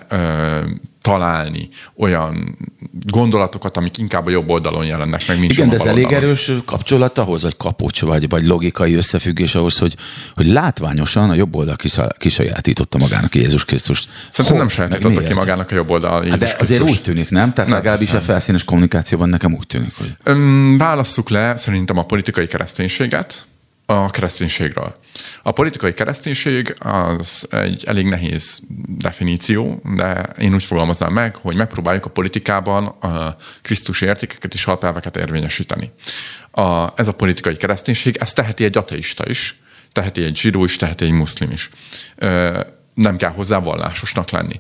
találni olyan gondolatokat, amik inkább a jobb oldalon jelennek meg, mint igen, sem a de ez elég erős kapcsolat ahhoz, vagy kapocs, vagy, vagy logikai összefüggés ahhoz, hogy, hogy látványosan a jobb oldal kisajátította magának Jézus Krisztust. Szerintem nem sajátította ki magának a jobb oldal Jézus de azért Krisztust. Úgy tűnik, nem? Tehát nem, legalábbis a felszínes kommunikációban nekem úgy tűnik, hogy... Öm, válasszuk le szerintem a politikai kereszténységet a kereszténységről. A politikai kereszténység az egy elég nehéz definíció, de én úgy fogalmaznám meg, hogy megpróbáljuk a politikában a krisztusi értékeket és alapelveket érvényesíteni. A, ez a politikai kereszténység, ezt teheti egy ateista is, teheti egy zsidó is, teheti egy muszlim is. Nem kell hozzá vallásosnak lenni.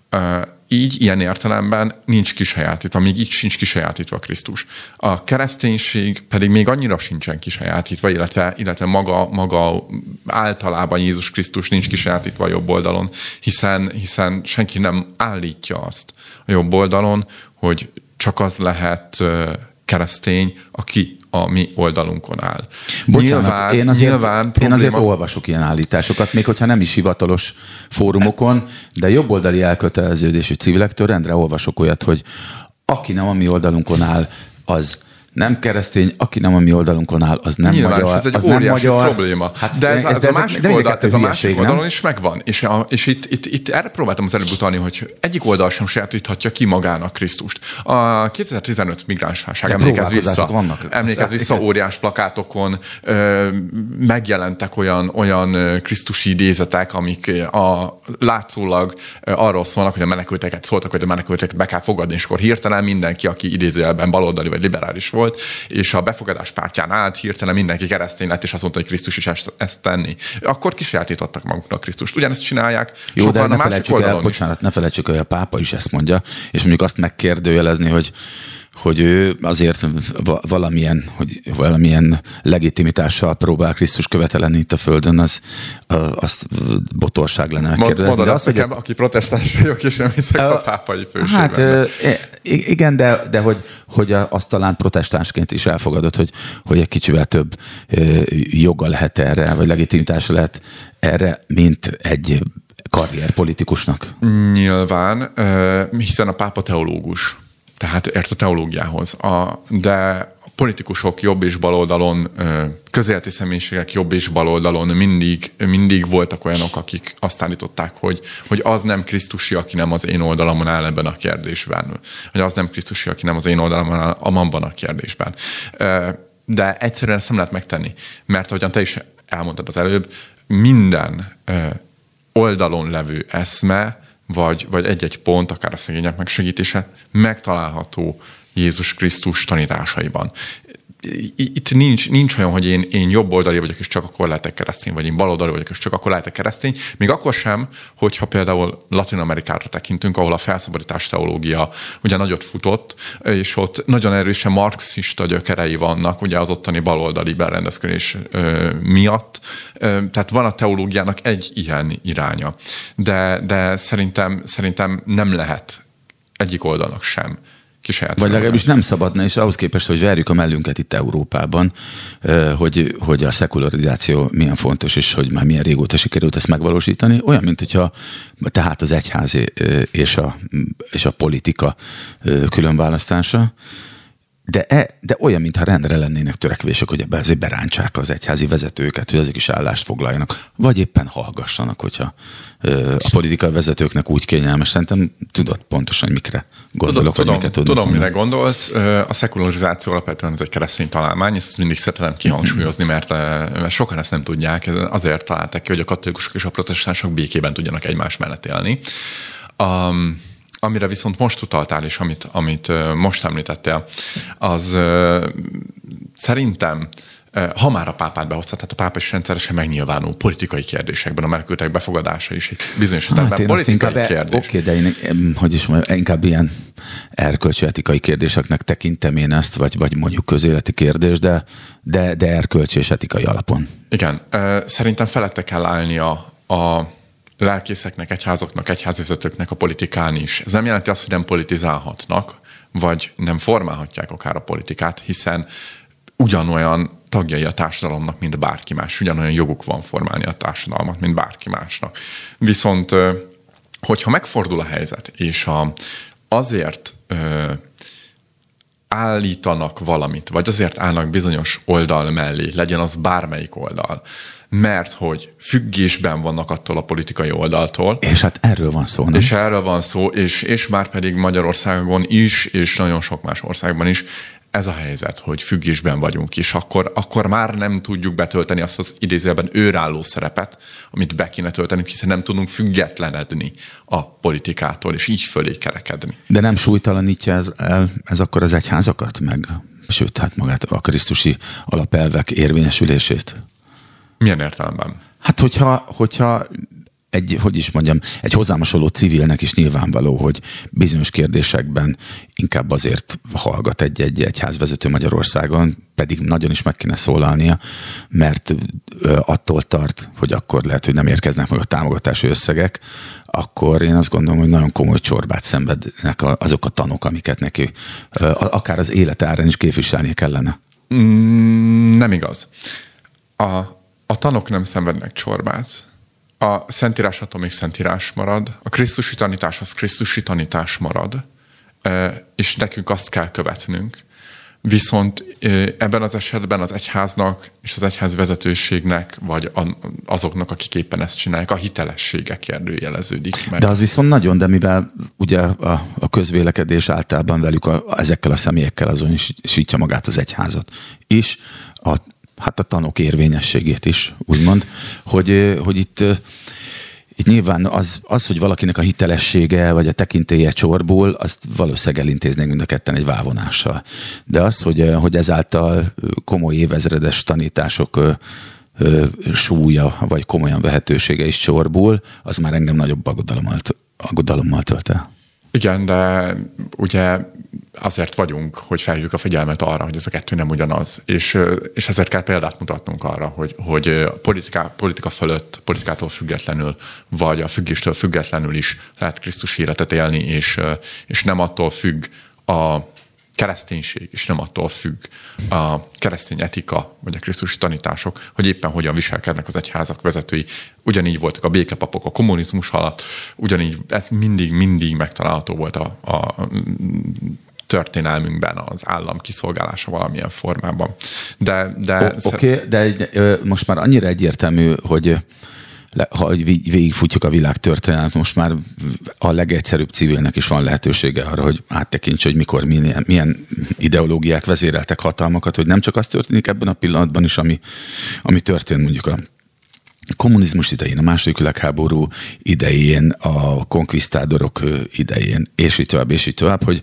Így, ilyen értelemben nincs kisajátítva, még így sincs kisajátítva Krisztus. A kereszténység pedig még annyira sincsen kisajátítva, illetve, illetve maga, maga általában Jézus Krisztus nincs kisajátítva a jobb oldalon, hiszen, hiszen senki nem állítja azt a jobb oldalon, hogy csak az lehet keresztény, aki a mi oldalunkon áll. Bocsánat, nyilván, én azért, nyilván probléma... én azért olvasok ilyen állításokat, még hogyha nem is hivatalos fórumokon, de jobboldali elköteleződésű civilektől rendre olvasok olyat, hogy aki nem a mi oldalunkon áll, az nem keresztény, aki nem a mi oldalunkon áll, az nem Nyilván, magyar. ez egy az óriási nem magyar. probléma. Hát, de ez, ez, ez a másik, de oldal, ez a másik oldalon nem? is megvan. És, a, és itt, itt, itt erre próbáltam az előbb utalni, hogy egyik oldal sem sajátíthatja ki magának Krisztust. A kétezer-tizenöt migránsválság, emlékezz vissza, vannak. emlékezz vissza óriás plakátokon, ö, megjelentek olyan, olyan krisztusi idézetek, amik a, látszólag arról szólnak, hogy a menekülteket szóltak, hogy a menekülteket be kell fogadni, és akkor hirtelen mindenki, aki idézőjelben baloldali vagy liberális volt, és a befogadás pártján állt, hirtelen mindenki keresztény lett, és azt mondta, hogy Krisztus is ezt, ezt tenni. Akkor kisajátítottak maguknak Krisztust. Ugyanezt csinálják. Jó, de ne felejtsük el, bocsánat, ne felejtsük el, hogy a pápa is ezt mondja, és mondjuk azt megkérdőjelezni, hogy hogy ő azért valamilyen, hogy valamilyen legitimitással próbál Krisztus követelni itt a Földön, az, az botorság lenne megkérdezni. Mondd azt, hogy nekem, aki protestáns vagyok, és nem hiszek a pápai főségben. Hát igen, de, de hogy, hogy azt talán protestánsként is elfogadott, hogy, hogy egy kicsivel több joga lehet erre, vagy legitimitása lehet erre, mint egy karrierpolitikusnak. Nyilván, hiszen a pápa teológus. Tehát ért a teológiához. A, de a politikusok jobb és baloldalon, közéleti személyiségek jobb és baloldalon mindig, mindig voltak olyanok, akik azt állították, hogy, hogy az nem Krisztusi, aki nem az én oldalamon áll ebben a kérdésben. Hogy az nem Krisztusi, aki nem az én oldalamon áll abban a kérdésben. De egyszerűen ezt nem lehet megtenni. Mert ahogyan te is elmondtad az előbb, minden oldalon levő eszme, vagy, vagy egy-egy pont, akár a szegények megsegítése, megtalálható Jézus Krisztus tanításaiban. Itt nincs, nincs olyan, hogy én, én jobb oldali vagyok, és csak akkor lehetek keresztény, vagy én baloldali vagyok, és csak akkor lehetek keresztény. Még akkor sem, hogyha például Latin Amerikára tekintünk, ahol a felszabadítás teológia ugye nagyot futott, és ott nagyon erősen marxista gyökerei vannak, ugye az ottani baloldali berendezkedés miatt. Tehát van a teológiának egy ilyen iránya. De, de szerintem, szerintem nem lehet egyik oldalnak sem. Vagy legalábbis nem szabadna, és ahhoz képest, hogy verjük a mellünket itt Európában, hogy, hogy a szekularizáció milyen fontos, és hogy már milyen régóta sikerült ezt megvalósítani, olyan, mint hogyha tehát az egyház és a, és a politika különválasztása, de, e, de olyan, mintha rendre lennének törekvések, hogy ebbe azért berántsák az egyházi vezetőket, hogy ezek is állást foglaljanak, vagy éppen hallgassanak, hogyha ö, a politikai vezetőknek úgy kényelmes. Szerintem tudod pontosan, mikre gondolok, tudom, vagy miket tudod. Tudom, mire gondolsz. A szekularizáció alapvetően ez egy keresztény találmány, ezt mindig szeretem kihangsúlyozni, mert, mert sokan ezt nem tudják. Azért találták ki, hogy a katolikusok és a protestánsok békében tudjanak egymás mellett élni. Um, Amire viszont most utaltál, és amit, amit most említettél, az uh, szerintem, uh, ha már a pápát behoztad, tehát a pápa is rendszeresen megnyilvánul politikai kérdésekben, a menekültek befogadása is egy bizonyos esetben hát politikai kérdés. Oké, de én, hogy is mondjam, inkább ilyen erkölcsi etikai kérdéseknek tekintem én ezt, vagy, vagy mondjuk közéleti kérdés, de, de, de erkölcsi és etikai alapon. Igen, uh, szerintem felette kell állni a, a lelkészeknek, egyházoknak, egyházvezetőknek a politikán is. Ez nem jelenti azt, hogy nem politizálhatnak, vagy nem formálhatják akár a politikát, hiszen ugyanolyan tagjai a társadalomnak, mint bárki más. Ugyanolyan joguk van formálni a társadalmat, mint bárki másnak. Viszont, hogyha megfordul a helyzet, és a, azért ö, állítanak valamit, vagy azért állnak bizonyos oldal mellé, legyen az bármelyik oldal, mert hogy függésben vannak attól a politikai oldaltól. És hát erről van szó, nem? És erről van szó, és, és már pedig Magyarországon is, és nagyon sok más országban is ez a helyzet, hogy függésben vagyunk, és akkor, akkor már nem tudjuk betölteni azt az idézőjelben őrálló szerepet, amit be kéne töltenünk, hiszen nem tudunk függetlenedni a politikától, és így fölé kerekedni. De nem súlytalanítja ez, el, ez akkor az egyházakat, meg sőt, hát magát a krisztusi alapelvek érvényesülését? Milyen értelemben? Hát, hogyha, hogyha egy, hogy is mondjam, egy hozzám hasonló civilnek is nyilvánvaló, hogy bizonyos kérdésekben inkább azért hallgat egy-egy egyházvezető Magyarországon, pedig nagyon is meg kéne szólalnia, mert attól tart, hogy akkor lehet, hogy nem érkeznek meg a támogatási összegek, akkor én azt gondolom, hogy nagyon komoly csorbát szenvednek azok a tanok, amiket neki akár az élet árán is képviselnie kellene. Mm, nem igaz. A A tanok nem szenvednek csorbát. A Szentírás attól még Szentírás marad, a krisztusi tanítás az krisztusi tanítás marad, és nekünk azt kell követnünk. Viszont ebben az esetben az egyháznak és az egyház vezetőségnek, vagy azoknak, akik éppen ezt csinálják, a hitelessége kérdőjeleződik meg. De az viszont nagyon, de mivel ugye a, a közvélekedés általában velük a, ezekkel a személyekkel azonosítja magát az egyházat is, a, hát a tanok érvényességét is, úgymond, hogy, hogy itt Itt nyilván az, az, hogy valakinek a hitelessége vagy a tekintélye csorból, azt valószínűleg elintéznénk mind a ketten egy vávonással. De az, hogy, hogy ezáltal komoly évezredes tanítások ö, ö, súlya vagy komolyan vehetősége is csorból, az már engem nagyobb aggodalommal, aggodalommal tölt el. Igen, de ugye azért vagyunk, hogy felhívjuk a figyelmet arra, hogy ez a kettő nem ugyanaz. És, és ezért kell példát mutatnunk arra, hogy, hogy politika, politika fölött, politikától függetlenül, vagy a függéstől függetlenül is lehet Krisztus életet élni, és, és nem attól függ a kereszténység, és nem attól függ a keresztény etika, vagy a krisztusi tanítások, hogy éppen hogyan viselkednek az egyházak vezetői. Ugyanígy voltak a békepapok a kommunizmus alatt, ugyanígy ez mindig-mindig megtalálható volt a, a történelmünkben az állam kiszolgálása valamilyen formában. De, de Oké, okay, de most már annyira egyértelmű, hogy ha végigfutjuk a világ történelmet, most már a legegyszerűbb civilnek is van lehetősége arra, hogy áttekints, hogy mikor milyen, milyen ideológiák vezéreltek hatalmakat, hogy nem csak az történik ebben a pillanatban is, ami, ami történt mondjuk a kommunizmus idején, a második világháború idején, a konkvisztádorok idején, és így tovább, és így tovább, hogy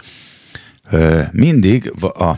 mindig a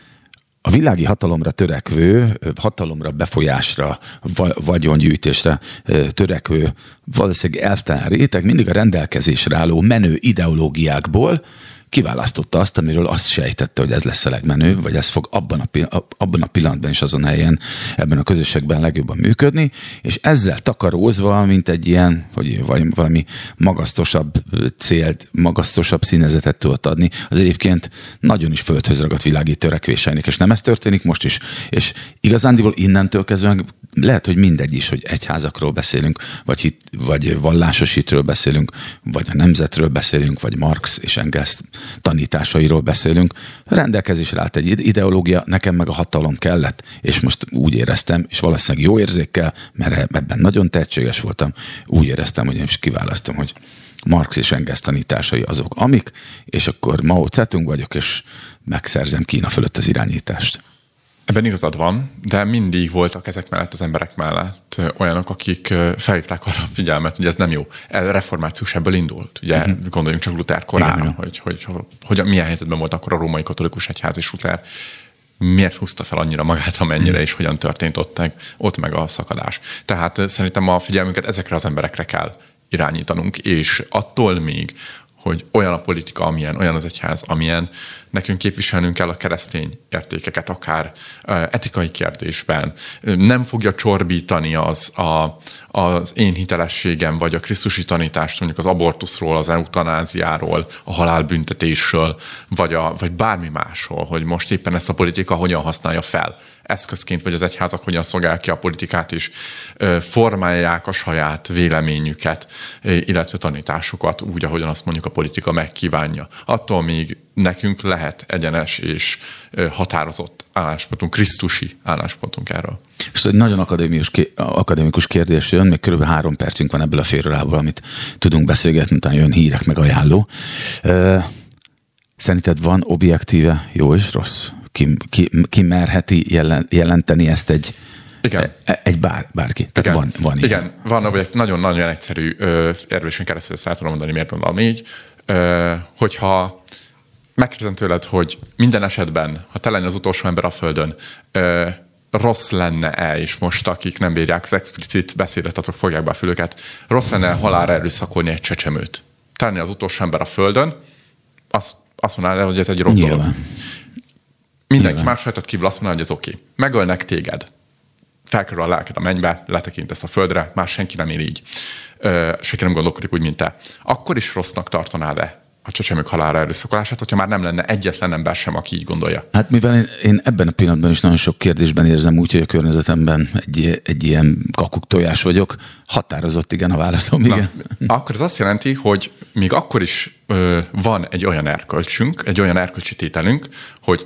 A világi hatalomra törekvő, hatalomra, befolyásra, vagyongyűjtésre törekvő valószínűleg elvtelen réteg mindig a rendelkezésre álló menő ideológiákból kiválasztotta azt, amiről azt sejtette, hogy ez lesz a legmenőbb, vagy ez fog abban a, abban a pillanatban is azon helyen, ebben a közösségben legjobban működni, és ezzel takarózva, mint egy ilyen, hogy valami magasztosabb célt, magasztosabb színezetet tudott adni, az egyébként nagyon is földhöz ragadt világi törekvéseinek, és nem ez történik most is. És igazándiból innentől kezdve lehet, hogy mindegy is, hogy egyházakról beszélünk, vagy, hit, vagy vallásos hitről beszélünk, vagy a nemzetről beszélünk, vagy Marx és Engels tanításairól beszélünk. Rendelkezésre állt egy ideológia, nekem meg a hatalom kellett, és most úgy éreztem, és valószínűleg jó érzékkel, mert ebben nagyon tehetséges voltam, úgy éreztem, hogy én is kiválasztom, hogy Marx és Engels tanításai azok, amik, és akkor Mao Zedong vagyok, és megszerzem Kína fölött az irányítást. Ebben igazad van, de mindig voltak ezek mellett az emberek mellett olyanok, akik felhívták arra a figyelmet, hogy ez nem jó. A reformációs ebből indult. Ugye uh-huh. gondoljunk csak Luther korára, hogy, hogy, hogy, hogy milyen helyzetben volt akkor a római katolikus egyház, és Luther miért húzta fel annyira magát, amennyire, uh-huh. és hogyan történt ott, ott meg a szakadás. Tehát szerintem a figyelmünket ezekre az emberekre kell irányítanunk, és attól még, hogy olyan a politika, amilyen, olyan az egyház, amilyen, nekünk képviselnünk kell a keresztény értékeket, akár etikai kérdésben. Nem fogja csorbítani az, a, az én hitelességem, vagy a krisztusi tanítást, mondjuk az abortuszról, az eutanáziáról, a halálbüntetésről, vagy, a, vagy bármi másról, hogy most éppen ezt a politika hogyan használja fel eszközként, vagy az egyházak hogyan szolgálják ki a politikát, és formálják a saját véleményüket, illetve tanításokat úgy, ahogyan azt mondjuk a politika megkívánja. Attól még nekünk lehet egyenes és határozott álláspontunk, krisztusi álláspontunk erről. És egy nagyon akadémikus, akadémikus kérdés jön, még körülbelül három percünk van ebből a félórából, amit tudunk beszélgetni, utána jön hírek, meg ajánló. Szerinted van objektíve jó és rossz? Ki, ki, ki merheti jelen, jelenteni ezt egy, igen. egy bár, bárki? Tehát igen. van, van ilyen. Igen, van objektív, nagyon-nagyon egyszerű érvelésen keresztül ezt el tudom mondani, miért mondom így, ö, hogyha megkérdezem tőled, hogy minden esetben, ha te lennél az utolsó ember a Földön, ö, rossz lenne-e, és most akik nem bírják az explicit beszédet, azok fogják be a fülüket, rossz lenne halálra erőszakolni egy csecsemőt? Te lennél az utolsó ember a Földön, azt, azt mondaná, hogy ez egy rossz Nyilván. dolog. Mindenki más rajtad kívül azt mondaná, hogy ez oké. Okay. Megölnek téged. Felkerül a lelked a mennybe, letekintesz a földre, más senki nem él így. Ö, senki nem gondolkodik úgy, mint te. Akkor is rossznak tartanád-e a csecsemők halálra erőszakolását, hogyha már nem lenne egyetlen ember sem, aki így gondolja? Hát mivel én, én ebben a pillanatban is nagyon sok kérdésben érzem úgy, hogy a környezetemben egy, egy ilyen kakuktojás vagyok, határozott igen a válaszom, igen. Na, akkor ez azt jelenti, hogy még akkor is ö, van egy olyan erkölcsünk, egy olyan erkölcsi tételünk, hogy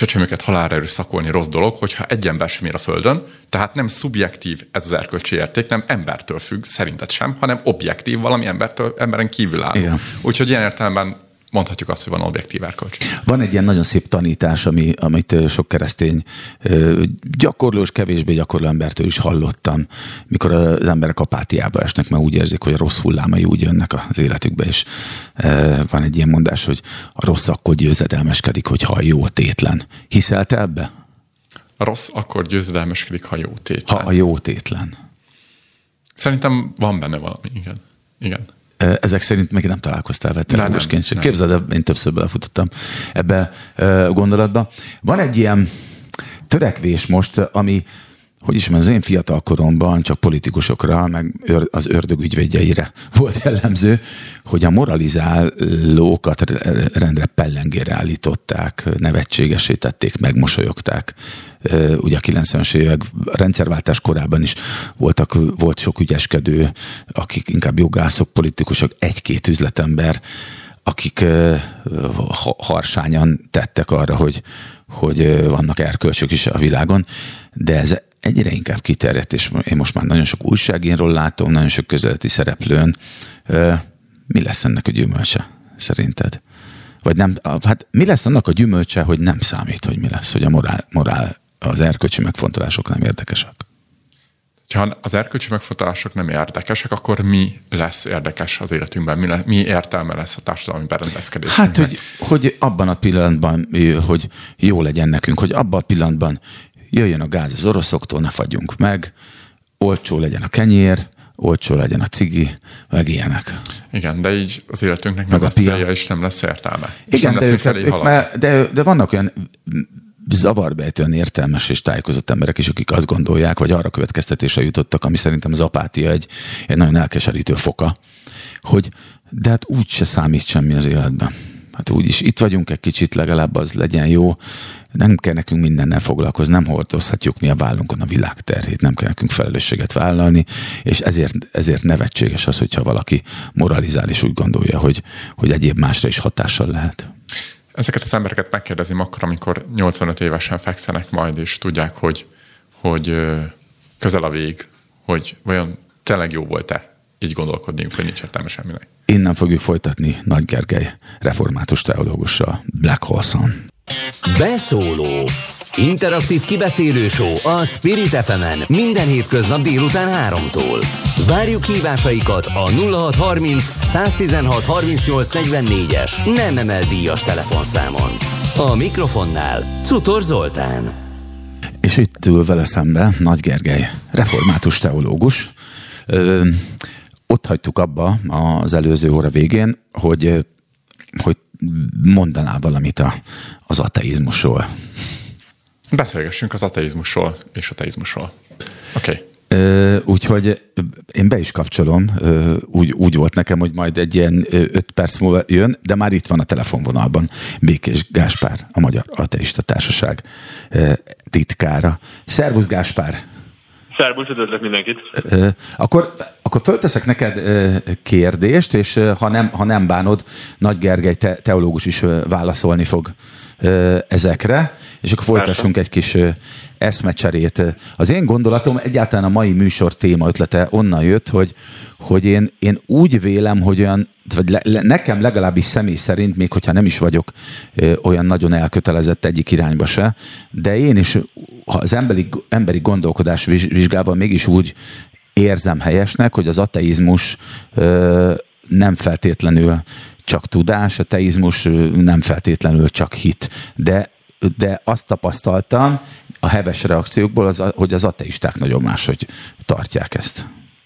csecsemőket halálra erőszakolni rossz dolog, hogyha egy ember sem ér a Földön, tehát nem szubjektív ez az erkölcsi érték, nem embertől függ, szerinted sem, hanem objektív, valami embertől, emberen kívül áll. Úgyhogy ilyen értelemben mondhatjuk azt, hogy van objektív erkölcs. Van egy ilyen nagyon szép tanítás, ami, amit sok keresztény gyakorlós, kevésbé gyakorló embertől is hallottam, mikor az emberek apátiába esnek, mert úgy érzik, hogy a rossz hullámai úgy jönnek az életükbe, és van egy ilyen mondás, hogy a rossz akkor győzedelmeskedik, hogyha a jó tétlen. Hiszel te ebbe? A rossz akkor győzedelmeskedik, ha jó tétlen. Ha a jó tétlen. Szerintem van benne valami, igen. Igen. Ezek szerint még nem találkoztál veteránusként sem. Képzeld el, én többször belefutottam ebbe a gondolatba. Van egy ilyen törekvés most, ami, hogy is mondjam, az én fiatal koromban csak politikusokra, meg az ördög ügyvédjeire volt jellemző, hogy a moralizálókat rendre pellengére állították, nevetségesítették, megmosolyogták. Ugye a kilencvenes évek rendszerváltás korában is voltak, volt sok ügyeskedő, akik inkább jogászok, politikusok, egy-két üzletember, akik harsányan tettek arra, hogy, hogy vannak erkölcsök is a világon, de ez egyre inkább kiterjedt, és én most már nagyon sok újságíróról látom, nagyon sok közeleti szereplőn. Mi lesz ennek a gyümölcse, szerinted? Vagy nem, hát mi lesz annak a gyümölcse, hogy nem számít, hogy mi lesz, hogy a morál, morál az erkölcsi megfontolások nem érdekesek? Ha az erkölcsi megfontolások nem érdekesek, akkor mi lesz érdekes az életünkben? Mi, le, mi értelme lesz a társadalmi berendezkedésünknek? Hát, hogy, hogy abban a pillanatban, hogy jó legyen nekünk, hogy abban a pillanatban jöjjön a gáz az oroszoktól, ne fagyjunk meg, olcsó legyen a kenyér, olcsó legyen a cigi, meg ilyenek. Igen, de így az életünknek meg, meg a célja is nem lesz értelme. Igen, de, ők, ők már, de, de vannak olyan zavarbejtően értelmes és tájékozott emberek is, akik azt gondolják, vagy arra következtetésre jutottak, ami szerintem az apátia egy, egy nagyon elkeserítő foka, hogy de hát úgy se számít semmi az életben. Hát úgyis itt vagyunk egy kicsit, legalább az legyen jó. Nem kell nekünk mindennel foglalkozni, nem hordozhatjuk mi a vállunkon a világ terhét, nem kell nekünk felelősséget vállalni, és ezért, ezért nevetséges az, hogyha valaki moralizál és úgy gondolja, hogy, hogy egyéb másra is hatással lehet. Ezeket az embereket megkérdezem akkor, amikor nyolcvanöt évesen fekszenek majd, és tudják, hogy, hogy közel a vég, hogy vajon tényleg jó volt-e így gondolkodniuk, hogy nincs értelme semminek. Innen fogjuk folytatni Nagy Gergely református teológussal, Black Hole-on. Beszóló. Interaktív kibeszélő show a Spirit ef emen minden hétköznap délután háromtól. Várjuk hívásaikat a nulla hat harminc száztizenhat harmincnyolc negyvennégyes nem emel díjas telefonszámon. A mikrofonnál Cutor Zoltán. És itt ül vele szembe Nagy Gergely, református teológus. Ö, ott hagytuk abba az előző óra végén, hogy, hogy mondanál valamit a, az ateizmusról. Beszélgessünk az ateizmusról és ateizmusról. Oké. Okay. Úgyhogy én be is kapcsolom, úgy, úgy volt nekem, hogy majd egy ilyen öt perc múlva jön, de már itt van a telefonvonalban Békés Gáspár, a Magyar Ateista Társaság titkára. Szervusz Gáspár! Szervusz, üdvözlök mindenkit! Akkor, akkor fölteszek neked kérdést, és ha nem, ha nem bánod, Nagy Gergely te, teológus is válaszolni fog ezekre, és akkor folytassunk egy kis eszmecserét. Az én gondolatom, egyáltalán a mai műsor téma ötlete onnan jött, hogy, hogy én, én úgy vélem, hogy olyan, vagy le, le, nekem legalábbis személy szerint, még hogyha nem is vagyok ö, olyan nagyon elkötelezett egyik irányba se, de én is ha az emberi, emberi gondolkodás vizsgával mégis úgy érzem helyesnek, hogy az ateizmus ö, nem feltétlenül csak tudás, a teizmus nem feltétlenül csak hit. De, de azt tapasztaltam a heves reakciókból, az, hogy az ateisták nagyon máshogy tartják ezt.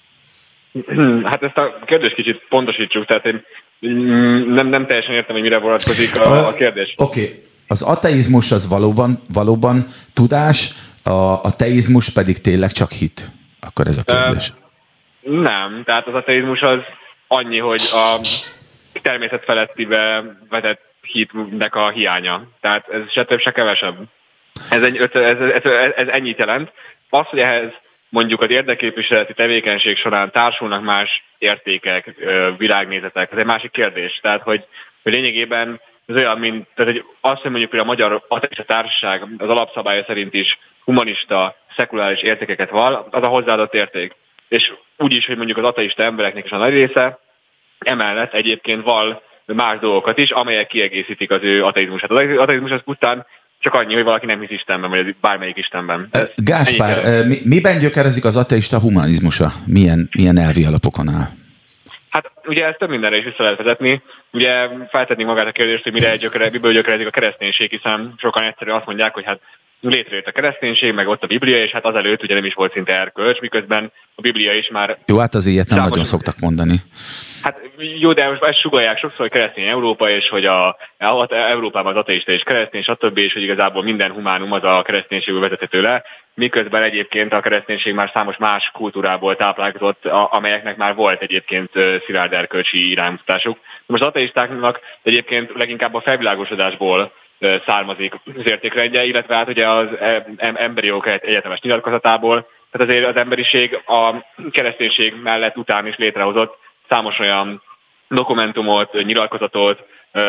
Hát ezt a kérdést kicsit pontosítsuk, tehát én nem, nem teljesen értem, hogy mire vonatkozik a, a kérdés. Oké, okay. Az ateizmus az valóban, valóban tudás, a, a teizmus pedig tényleg csak hit. Akkor ez a kérdés. Uh, nem, tehát az ateizmus az annyi, hogy a természet felettibe vetett hitnek a hiánya. Tehát ez se több, se kevesebb. Ez, egy, ez, ez, ez, ez ennyit jelent. Az, hogy ehhez mondjuk az érdekképviseleti tevékenység során társulnak más értékek, világnézetek, ez egy másik kérdés. Tehát, hogy, hogy lényegében ez olyan, mint, tehát egy, azt, hogy mondjuk, hogy a Magyar Ateista Társaság az alapszabálya szerint is humanista, szekuláris értékeket val, az a hozzáadott érték. És úgy is, hogy mondjuk az ateista embereknek is a nagy része, emellett egyébként val más dolgokat is, amelyek kiegészítik az ő ateizmusát. Az ateizmus az pusztán csak annyi, hogy valaki nem hisz Istenben, vagy bármelyik Istenben. Ez Gáspár, mi, miben gyökerezik az ateista humanizmusa? Milyen, milyen elvi alapokon áll? Hát ugye ezt több mindenre is vissza lehet vezetni. Ugye feltetni magát a kérdést, hogy mire gyökere, miből gyökerezik a kereszténység, hiszen sokan egyszerűen azt mondják, hogy hát létrejött a kereszténység, meg ott a Biblia, és hát azelőtt ugye nem is volt szinte erkölcs, miközben a Biblia is már... Jó, hát az ilyet nem nagyon szoktak mondani. Hát jó, de most ezt sugallják sokszor, hogy keresztény Európa, és hogy a, a Európában az ateista és keresztény, stb., és hogy igazából minden humánum az a kereszténységből vezethető le, miközben egyébként a kereszténység már számos más kultúrából táplálkozott, amelyeknek már volt egyébként szilárd erkölcsi iránymutatásuk. Most az ateistáknak egyébként leginkább a felvilágosodásból származik az értékrendje, illetve hát ugye az emberi jogok egyetemes nyilatkozatából. Tehát azért az emberiség a kereszténység mellett után is létrehozott számos olyan dokumentumot, nyilatkozatot,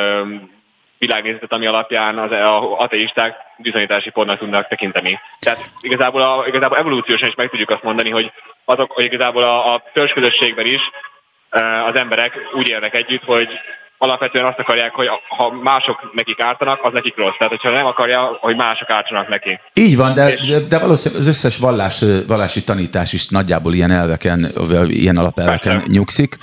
világnézetet, ami alapján az ateisták bizonyítási pontnak tudnak tekinteni. Tehát igazából, a, igazából evolúciósan is meg tudjuk azt mondani, hogy azok, hogy igazából a, a törzsközösségben is az emberek úgy élnek együtt, hogy alapvetően azt akarják, hogy ha mások nekik ártanak, az nekik rossz. Tehát, hogyha nem akarja, hogy mások ártanak neki. Így van, de, és... de valószínűleg az összes vallás, vallási tanítás is nagyjából ilyen elveken, ilyen alapelveken Persze. nyugszik.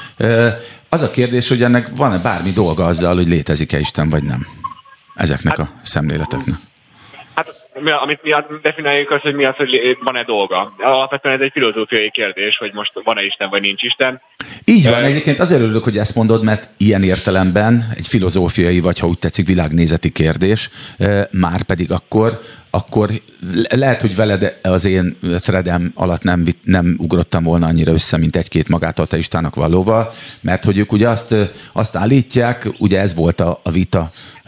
Az a kérdés, hogy ennek van-e bármi dolga azzal, hogy létezik-e Isten, vagy nem? Ezeknek hát, a szemléleteknek. Hát, amit mi definiáljuk az, hogy mi az, hogy van-e dolga. Alapvetően ez egy filozófiai kérdés, hogy most van-e Isten, vagy nincs Isten. Így van, egyébként azért örülök, hogy ezt mondod, mert ilyen értelemben egy filozófiai, vagy ha úgy tetszik, világnézeti kérdés, már pedig akkor, akkor lehet, hogy veled az én threadem alatt nem, nem ugrottam volna annyira össze, mint egy-két magát ateistának valóval, mert hogy ők ugye azt, azt állítják, ugye ez volt a, a vita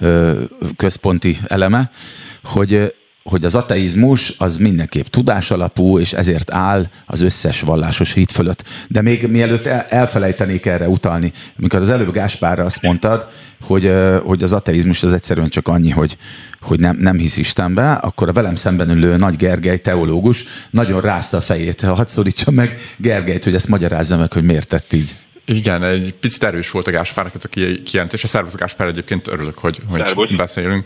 központi eleme, hogy hogy az ateizmus az mindenképp tudásalapú, és ezért áll az összes vallásos hit fölött. De még mielőtt elfelejtenék erre utalni, amikor az előbb Gáspárra azt mondtad, hogy, hogy az ateizmus az egyszerűen csak annyi, hogy, hogy nem, nem hisz Istenbe, akkor a velem szemben ülő Nagy Gergely teológus nagyon rázta a fejét. Hadd szólítsam meg Gergelyt, hogy ezt magyarázza meg, hogy miért tett így. Igen, egy picit erős volt a Gáspárnak ez a kijelentés. A szervusz Gáspár, egyébként örülök, hogy, hogy beszélünk,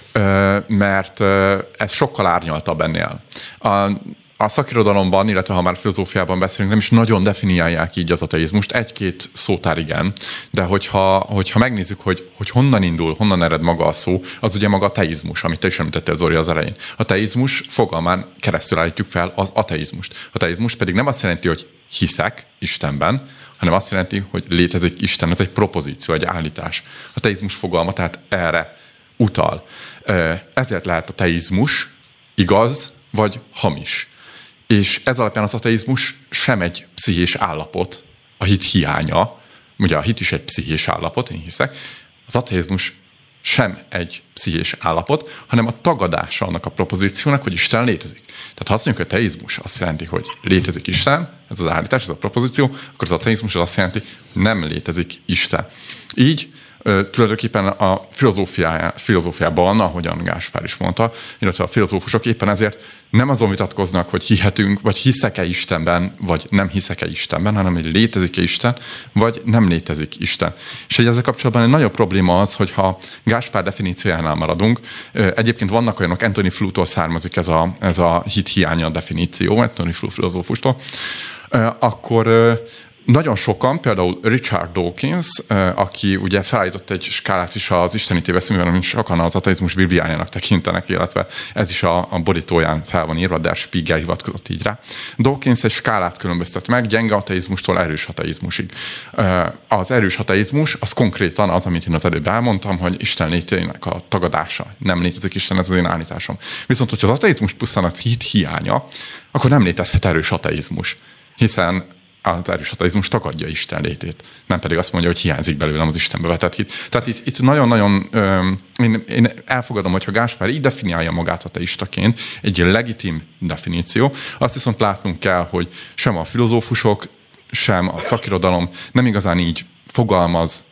mert ez sokkal árnyaltabb ennél. A, a szakirodalomban, illetve ha már filozófiában beszélünk, nem is nagyon definiálják így az ateizmust. Egy-két szótár igen, de hogyha, hogyha megnézzük, hogy, hogy honnan indul, honnan ered maga a szó, az ugye maga a teizmus, amit te is említettél, Zoli, az elején. A teizmus fogalmán keresztül állítjuk fel az ateizmust. A teizmus pedig nem azt jelenti, hogy hiszek Istenben, hanem azt jelenti, hogy létezik Isten. Ez egy propozíció, egy állítás. A teizmus fogalma tehát erre utal. Ezért lehet a teizmus igaz vagy hamis. És ez alapján az ateizmus sem egy pszichés állapot, a hit hiánya, ugye a hit is egy pszichés állapot, én hiszek, az ateizmus sem egy pszichés állapot, hanem a tagadása annak a propozíciónak, hogy Isten létezik. Tehát ha azt mondjuk, hogy a teizmus azt jelenti, hogy létezik Isten, ez az állítás, ez a propozíció, akkor az ateizmus az azt jelenti, hogy nem létezik Isten. Így tulajdonképpen a filozófiában, ahogyan Gáspár is mondta, illetve a filozófusok éppen ezért nem azon vitatkoznak, hogy hihetünk, vagy hiszek-e Istenben, vagy nem hiszek-e Istenben, hanem hogy létezik-e Isten, vagy nem létezik Isten. És hogy ezzel kapcsolatban egy nagyobb probléma az, hogyha Gáspár definíciójánál maradunk. Egyébként vannak olyanok, Anthony Flew-tól származik ez a, ez a hit hiánya definíció, Anthony Flew filozófustól, akkor nagyon sokan, például Richard Dawkins, aki ugye felállított egy skálát is az istenítő veszélyben, amit sokan az ateizmus bibliájának tekintenek, illetve ez is a, a borítóján fel van írva, Der Spiegel hivatkozott így rá. Dawkins egy skálát különböztet meg, gyenge ateizmustól erős ateizmusig. Az erős ateizmus az konkrétan az, amit én az előbb elmondtam, hogy Isten létének a tagadása. Nem létezik Isten, ez az én állításom. Viszont, hogyha az ateizmus pusztán a hit hiánya, akkor nem létezhet erős ateizmus, hiszen az erős ateizmus tagadja Isten létét, nem pedig azt mondja, hogy hiányzik belőlem az Istenbe vetett hit. Tehát itt, itt nagyon-nagyon, öm, én, én elfogadom, hogyha Gáspár így definiálja magát ateistaként, egy legitim definíció, azt viszont látnunk kell, hogy sem a filozófusok, sem a szakirodalom nem igazán így fogalmaz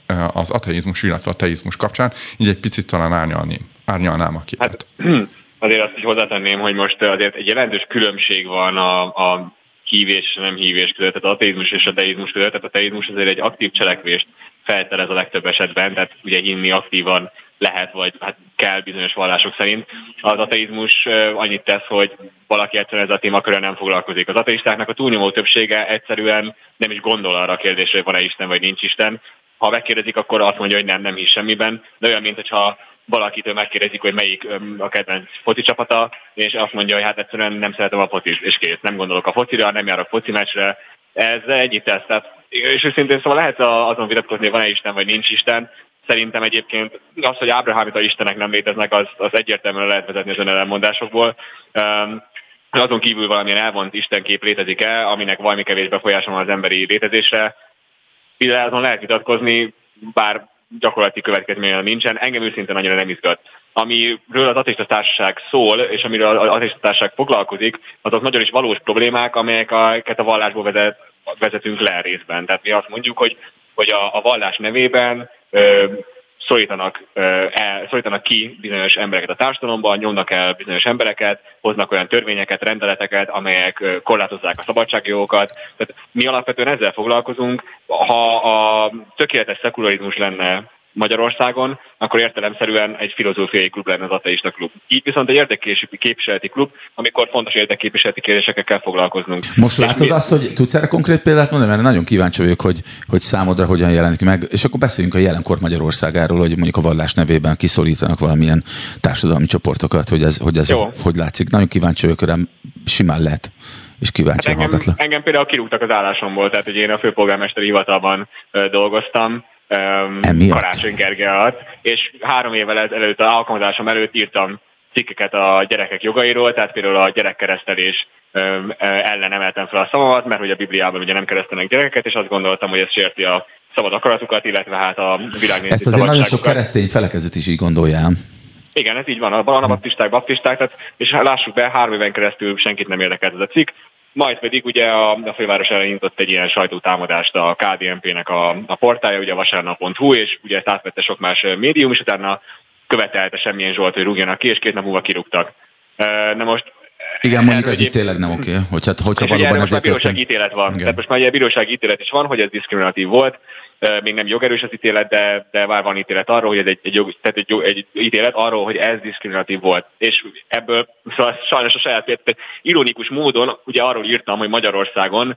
az ateizmus, illetve a teizmus kapcsán, így egy picit talán árnyalni, árnyalnám a képet. Hát, azért azt is hozzátenném, hogy most azért egy jelentős különbség van a, a hívés és nem hívés között, tehát az ateizmus és a deizmus között, tehát a teizmus azért egy aktív cselekvést feltelez a legtöbb esetben, tehát ugye hinni aktívan lehet, vagy hát kell bizonyos vallások szerint. Az ateizmus annyit tesz, hogy valaki egyszerűen ezzel a témakörrel nem foglalkozik. Az ateistáknak a túlnyomó többsége egyszerűen nem is gondol arra a kérdésre, hogy van-e Isten, vagy nincs Isten. Ha megkérdezik, akkor azt mondja, hogy nem, nem hisz semmiben, de olyan, mint hogyha valakitől megkérdezik, hogy melyik a kedvenc foci csapata, és azt mondja, hogy hát egyszerűen nem szeretem a focit, és kész, nem gondolok a focira, nem járok foci meccsre. Ez ennyit tesz. Tehát, és őszintén szóval lehet azon vitatkozni, hogy van-e Isten, vagy nincs Isten. Szerintem egyébként az, hogy ábrahámita istenek nem léteznek, az, az egyértelműen lehet vezetni az önellenmondásokból. Um, azon kívül valamilyen elvont istenkép létezik-e, aminek valami kevés befolyása van az emberi létezésre. Például azon lehet vitatkozni, bár gyakorlati következménye nincsen, engem őszintén annyira nem izgat. Amiről az ateista társaság szól, és amiről az ateista társaság foglalkozik, azok nagyon is valós problémák, amelyeket a vallásból vezet, vezetünk le részben. Tehát mi azt mondjuk, hogy, hogy a, a vallás nevében ö, szólítanak, ö, el, szólítanak ki bizonyos embereket a társadalomban, nyomnak el bizonyos embereket, hoznak olyan törvényeket, rendeleteket, amelyek ö, korlátozzák a szabadságjogokat. Tehát mi alapvetően ezzel foglalkozunk. Ha a tökéletes szekularizmus lenne Magyarországon, akkor értelemszerűen egy filozófiai klub lenne az ateista klub. Így viszont egy érdekképviseleti klub, amikor fontos érdekképviseleti kérdésekkel kell foglalkoznunk. Most látod mi... azt, hogy tudsz erre konkrét példát mondani? Mert nagyon kíváncsi vagyok, hogy, hogy számodra hogyan jelenik meg, és akkor beszéljünk a jelenkor Magyarországáról, hogy mondjuk a vallás nevében kiszólítanak valamilyen társadalmi csoportokat, hogy ez, hogy, ez hogy látszik. Nagyon kíváncsi vagyok, rám simán lehet. És kíváncsi hát engem, hallgatlak. Engem például kirúgtak az állásomból, tehát hogy én a főpolgármesteri hivatalban ö, dolgoztam, Um, Karácsony Gergely alatt, és három évvel előtt, az alkalmazásom előtt írtam cikkeket a gyerekek jogairól, tehát például a gyerekkeresztelés um, ellen emeltem fel a szavamat, mert hogy a Bibliában ugye nem keresztelnek gyerekeket, és azt gondoltam, hogy ez sérti a szabad akaratukat, illetve hát a világnézeti szabadságokat. Ezt azért nagyon sok keresztény felekezet is így gondoljám. Igen, ez így van, a anabaptisták, baptisták, tehát, és lássuk be, három éven keresztül senkit nem érdekelt ez a cikk. Majd pedig ugye a, a főváros ellen nyitott egy ilyen sajtótámadást a ká dé en pé-nek a, a portálja, ugye a vasárnap pont hú, és ugye ezt átvette sok más médium, és utána követelte Semmilyen Zsolt, hogy rúgjanak ki, és két nap múlva kirúgtak. Na most... Igen, mondjuk ez itt tényleg nem oké, hogyha, hogyha valóban most már bírósági történt. ítélet van. Igen. Tehát most már egy bírósági ítélet is van, hogy ez diszkriminatív volt. Még nem jogerős az ítélet, de, de már van ítélet arról, hogy ez egy, egy, jog, tehát egy, jog, egy ítélet arról, hogy ez diszkriminatív volt. És ebből szóval sajnos a saját tehát ironikus módon ugye arról írtam, hogy Magyarországon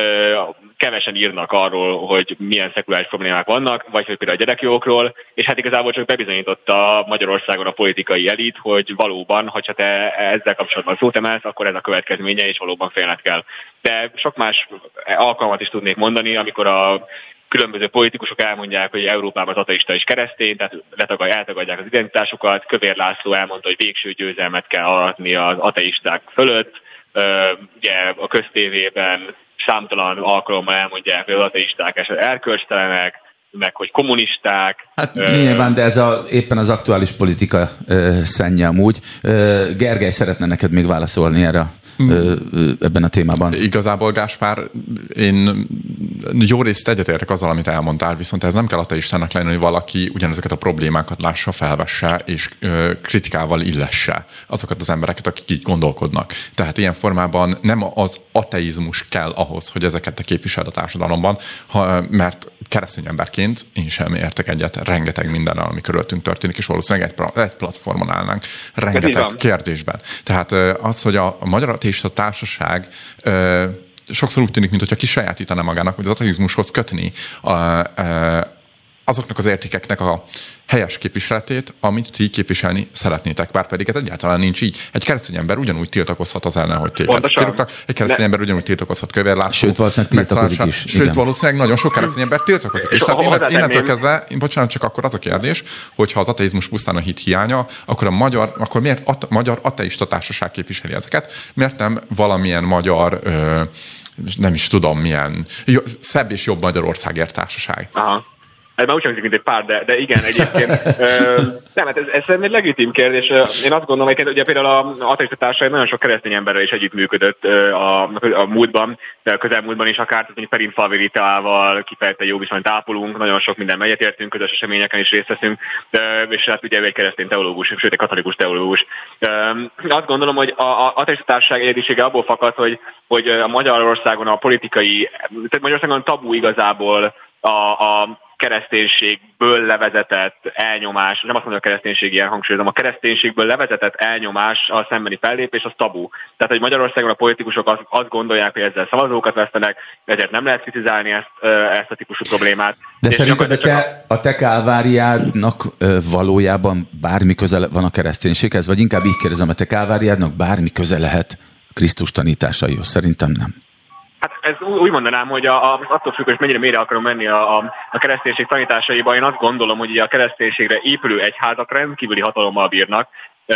kevesen írnak arról, hogy milyen szekuláris problémák vannak, vagy hogy például a gyerekjogokról, és hát igazából csak bebizonyította Magyarországon a politikai elit, hogy valóban, hogyha te ezzel kapcsolatban szót emelsz, akkor ez a következménye, és valóban félned kell. De sok más alkalmat is tudnék mondani, amikor a különböző politikusok elmondják, hogy Európában az ateista és keresztény, tehát letagad, eltagadják az identitásukat. Kövér László elmondta, hogy végső győzelmet kell aratni az ateisták fölött. Ugye a köztévében számtalan alkalommal elmondják, hogy az ateisták esetleg erkölcstelenek, meg hogy kommunisták. Hát nyilván, de ez a, éppen az aktuális politika uh, szennye amúgy. Uh, Gergely szeretne neked még válaszolni erre uh, ebben a témában. Igazából, Gáspár, én jó részt egyetértek azzal, amit elmondtál, viszont ez nem kell ateistának lenni, hogy valaki ugyanezeket a problémákat lássa, felvesse és uh, kritikával illesse azokat az embereket, akik így gondolkodnak. Tehát ilyen formában nem az ateizmus kell ahhoz, hogy ezeket te képviseld a társadalomban, ha, mert keresztény emberként én sem értek egyet rengeteg mindennel, ami körülöttünk történik, és valószínűleg egy, egy platformon állnánk rengeteg kérdésben. Tehát az, hogy a, a Magyar Ateista Társaság sokszor úgy tűnik, mintha kisajátítaná magának, hogy az ateizmushoz kötni a, a, azoknak az értékeknek a helyes képviseletét, amit ti képviselni szeretnétek, bár pedig ez egyáltalán nincs így. Egy keresztény ember ugyanúgy tiltakozhat az ellen, hogy téged kirúgtak, egy keresztény ember ugyanúgy tiltakozhat Kövér László. Sőt, valószínűleg tiltakozik is. Sőt, igen. valószínűleg nagyon sok keresztény ember tiltakozik. És tehát innen, innentől kezdve, bocsánat, csak akkor az a kérdés, hogy ha az ateizmus pusztán a hit hiánya, akkor a magyar, akkor miért a magyar ateista társaság képviseli ezeket? Miért nem valamilyen magyar, ö, nem is tudom milyen, jó, szebb és jobb Magyarországért társaság? Aha. Ez már úgy hangzik, mint egy pár, de, de igen, egyébként. Nem, hát ez, ez egy legitim kérdés. Én azt gondolom, hogy ugye például az ateista társaság nagyon sok keresztény emberrel is együttműködött a, a múltban, de a közelmúltban is akár, mondjuk Perint-falvi Ritával kifejezetten jó viszonyt ápolunk, nagyon sok minden egyetértünk, közös eseményeken is részt veszünk, és hát ugye ő egy keresztény teológus, sőt egy katolikus teológus. Azt gondolom, hogy az ateista társaság egyedisége abból fakad, hogy, hogy a Magyarországon a politikai, tehát Magyarországon tabu igazából a, a kereszténységből levezetett elnyomás, nem azt mondom, hogy a kereszténység ilyen hangsúlyozom, a kereszténységből levezetett elnyomás a szembeni fellépés az tabu. Tehát, hogy Magyarországon a politikusok azt, azt gondolják, hogy ezzel szavazókat vesztenek, ezért nem lehet kritizálni ezt, ezt a típusú problémát. De szerinted a te, a te kálváriádnak valójában bármi köze van a kereszténységhez? Vagy inkább így kérdezem, a te kálváriádnak bármi köze lehet Krisztus tanításaihoz? Szerintem nem. Hát ez úgy mondanám, hogy a, a, attól függ, hogy mennyire mélyre akarom menni a, a, a kereszténység tanításaiba. Én azt gondolom, hogy a kereszténységre épülő egyházak rendkívüli hatalommal bírnak.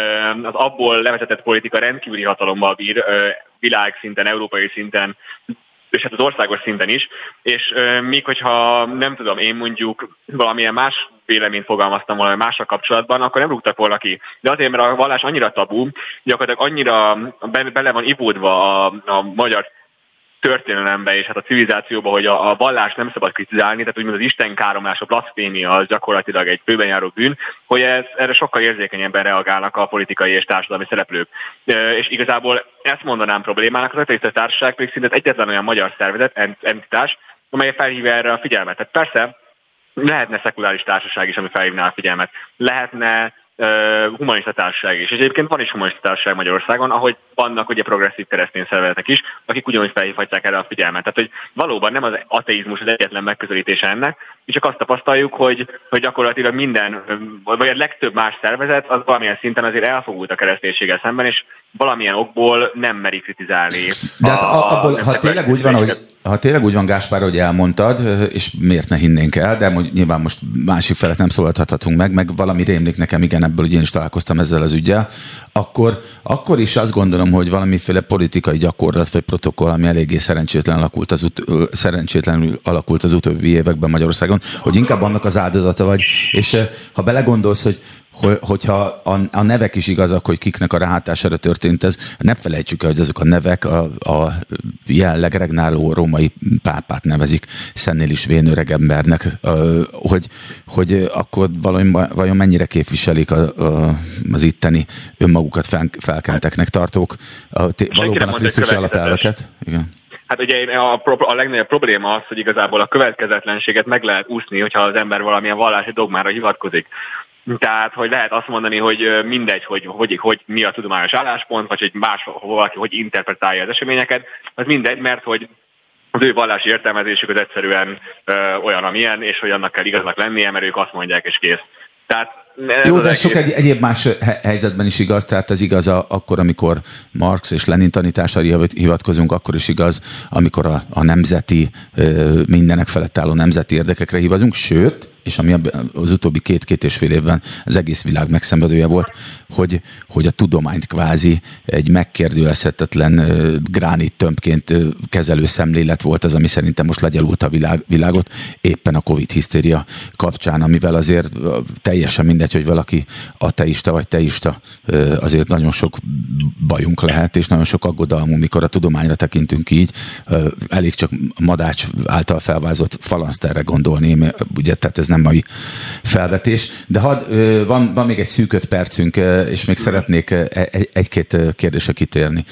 Az abból levezetett politika rendkívüli hatalommal bír világszinten, európai szinten, és hát az országos szinten is. És még hogyha nem tudom, én mondjuk valamilyen más véleményt fogalmaztam volna mással kapcsolatban, akkor nem rúgtak volna ki. De azért, mert a vallás annyira tabu, gyakorlatilag annyira bele van ivódva a, a magyar történelembe és hát a civilizációba, hogy a, a vallást nem szabad kritizálni, tehát úgymond az istenkáromlás, a blaszfémia az gyakorlatilag egy főben járó bűn, hogy ez, erre sokkal érzékenyebben reagálnak a politikai és társadalmi szereplők. E, és igazából ezt mondanám problémának, az ateista társaság pedig szinte egyetlen olyan magyar szervezet, entitás, amely felhívja erre a figyelmet. Tehát persze lehetne szekuláris társaság is, ami felhívná a figyelmet. Lehetne humanista társaság is. És egyébként van is humanista társaság Magyarországon, ahogy vannak ugye progresszív keresztény szervezetek is, akik ugyanúgy felhívhatják erre a figyelmet. Tehát, hogy valóban nem az ateizmus az egyetlen megközelítése ennek, és csak azt tapasztaljuk, hogy, hogy gyakorlatilag minden, vagy a legtöbb más szervezet az valamilyen szinten azért elfogult a kereszténységgel szemben, és valamilyen okból nem meri kritizálni. De hát a, abból, ha tényleg úgy van, hogy Ha tényleg úgy van, Gáspár, hogy elmondtad, és miért ne hinnénk el, de nyilván most másik felet nem szólaltathatunk meg, meg valami rémlik nekem, igen, ebből, hogy én is találkoztam ezzel az üggyel, akkor, akkor is azt gondolom, hogy valamiféle politikai gyakorlat vagy protokoll, ami eléggé szerencsétlen alakult az ut- szerencsétlenül alakult az utóbbi években Magyarországon, hogy inkább annak az áldozata vagy, és ha belegondolsz, hogy hogyha a, a nevek is igazak, hogy kiknek a ráhátására történt ez, ne felejtsük el, hogy azok a nevek a, a jelenleg regnáló római pápát nevezik szennélis vén öreg embernek, hogy, hogy akkor vajon, vajon mennyire képviselik a, a, az itteni önmagukat fel, felkenteknek tartók a, valóban a Krisztusi alapelveket? Igen. Hát ugye a, a legnagyobb probléma az, hogy igazából a következetlenséget meg lehet úszni, hogyha az ember valamilyen vallási dogmára hivatkozik. Tehát, hogy lehet azt mondani, hogy mindegy, hogy, hogy, hogy mi a tudományos álláspont, vagy hogy más valaki hogy interpretálja az eseményeket, az mindegy, mert hogy az ő vallási értelmezésük az egyszerűen ö, olyan, amilyen, és hogy annak kell igaznak lennie, mert ők azt mondják, és kész. Tehát jó, de sok egy, egyéb más helyzetben is igaz, tehát ez igaz a, akkor, amikor Marx és Lenin tanítására hivatkozunk, akkor is igaz, amikor a, a nemzeti, mindenek felett álló nemzeti érdekekre hivatkozunk, sőt, és ami az utóbbi két-két és fél évben az egész világ megszenvedője volt, hogy, hogy a tudományt kvázi egy megkérdőjelezhetetlen gránit tömbként kezelő szemlélet volt az, ami szerintem most legyalult a világ, világot, éppen a Covid-hisztéria kapcsán, amivel azért teljesen mindegy, hogy valaki ateista vagy teista, azért nagyon sok bajunk lehet, és nagyon sok aggodalmunk, mikor a tudományra tekintünk így. Elég csak Madács által felvázott falanszterre gondolni, ugye, tehát ez nem mai felvetés, de had, van, van még egy szűk öt percünk, és még szeretnék egy-két kérdésre kitérni.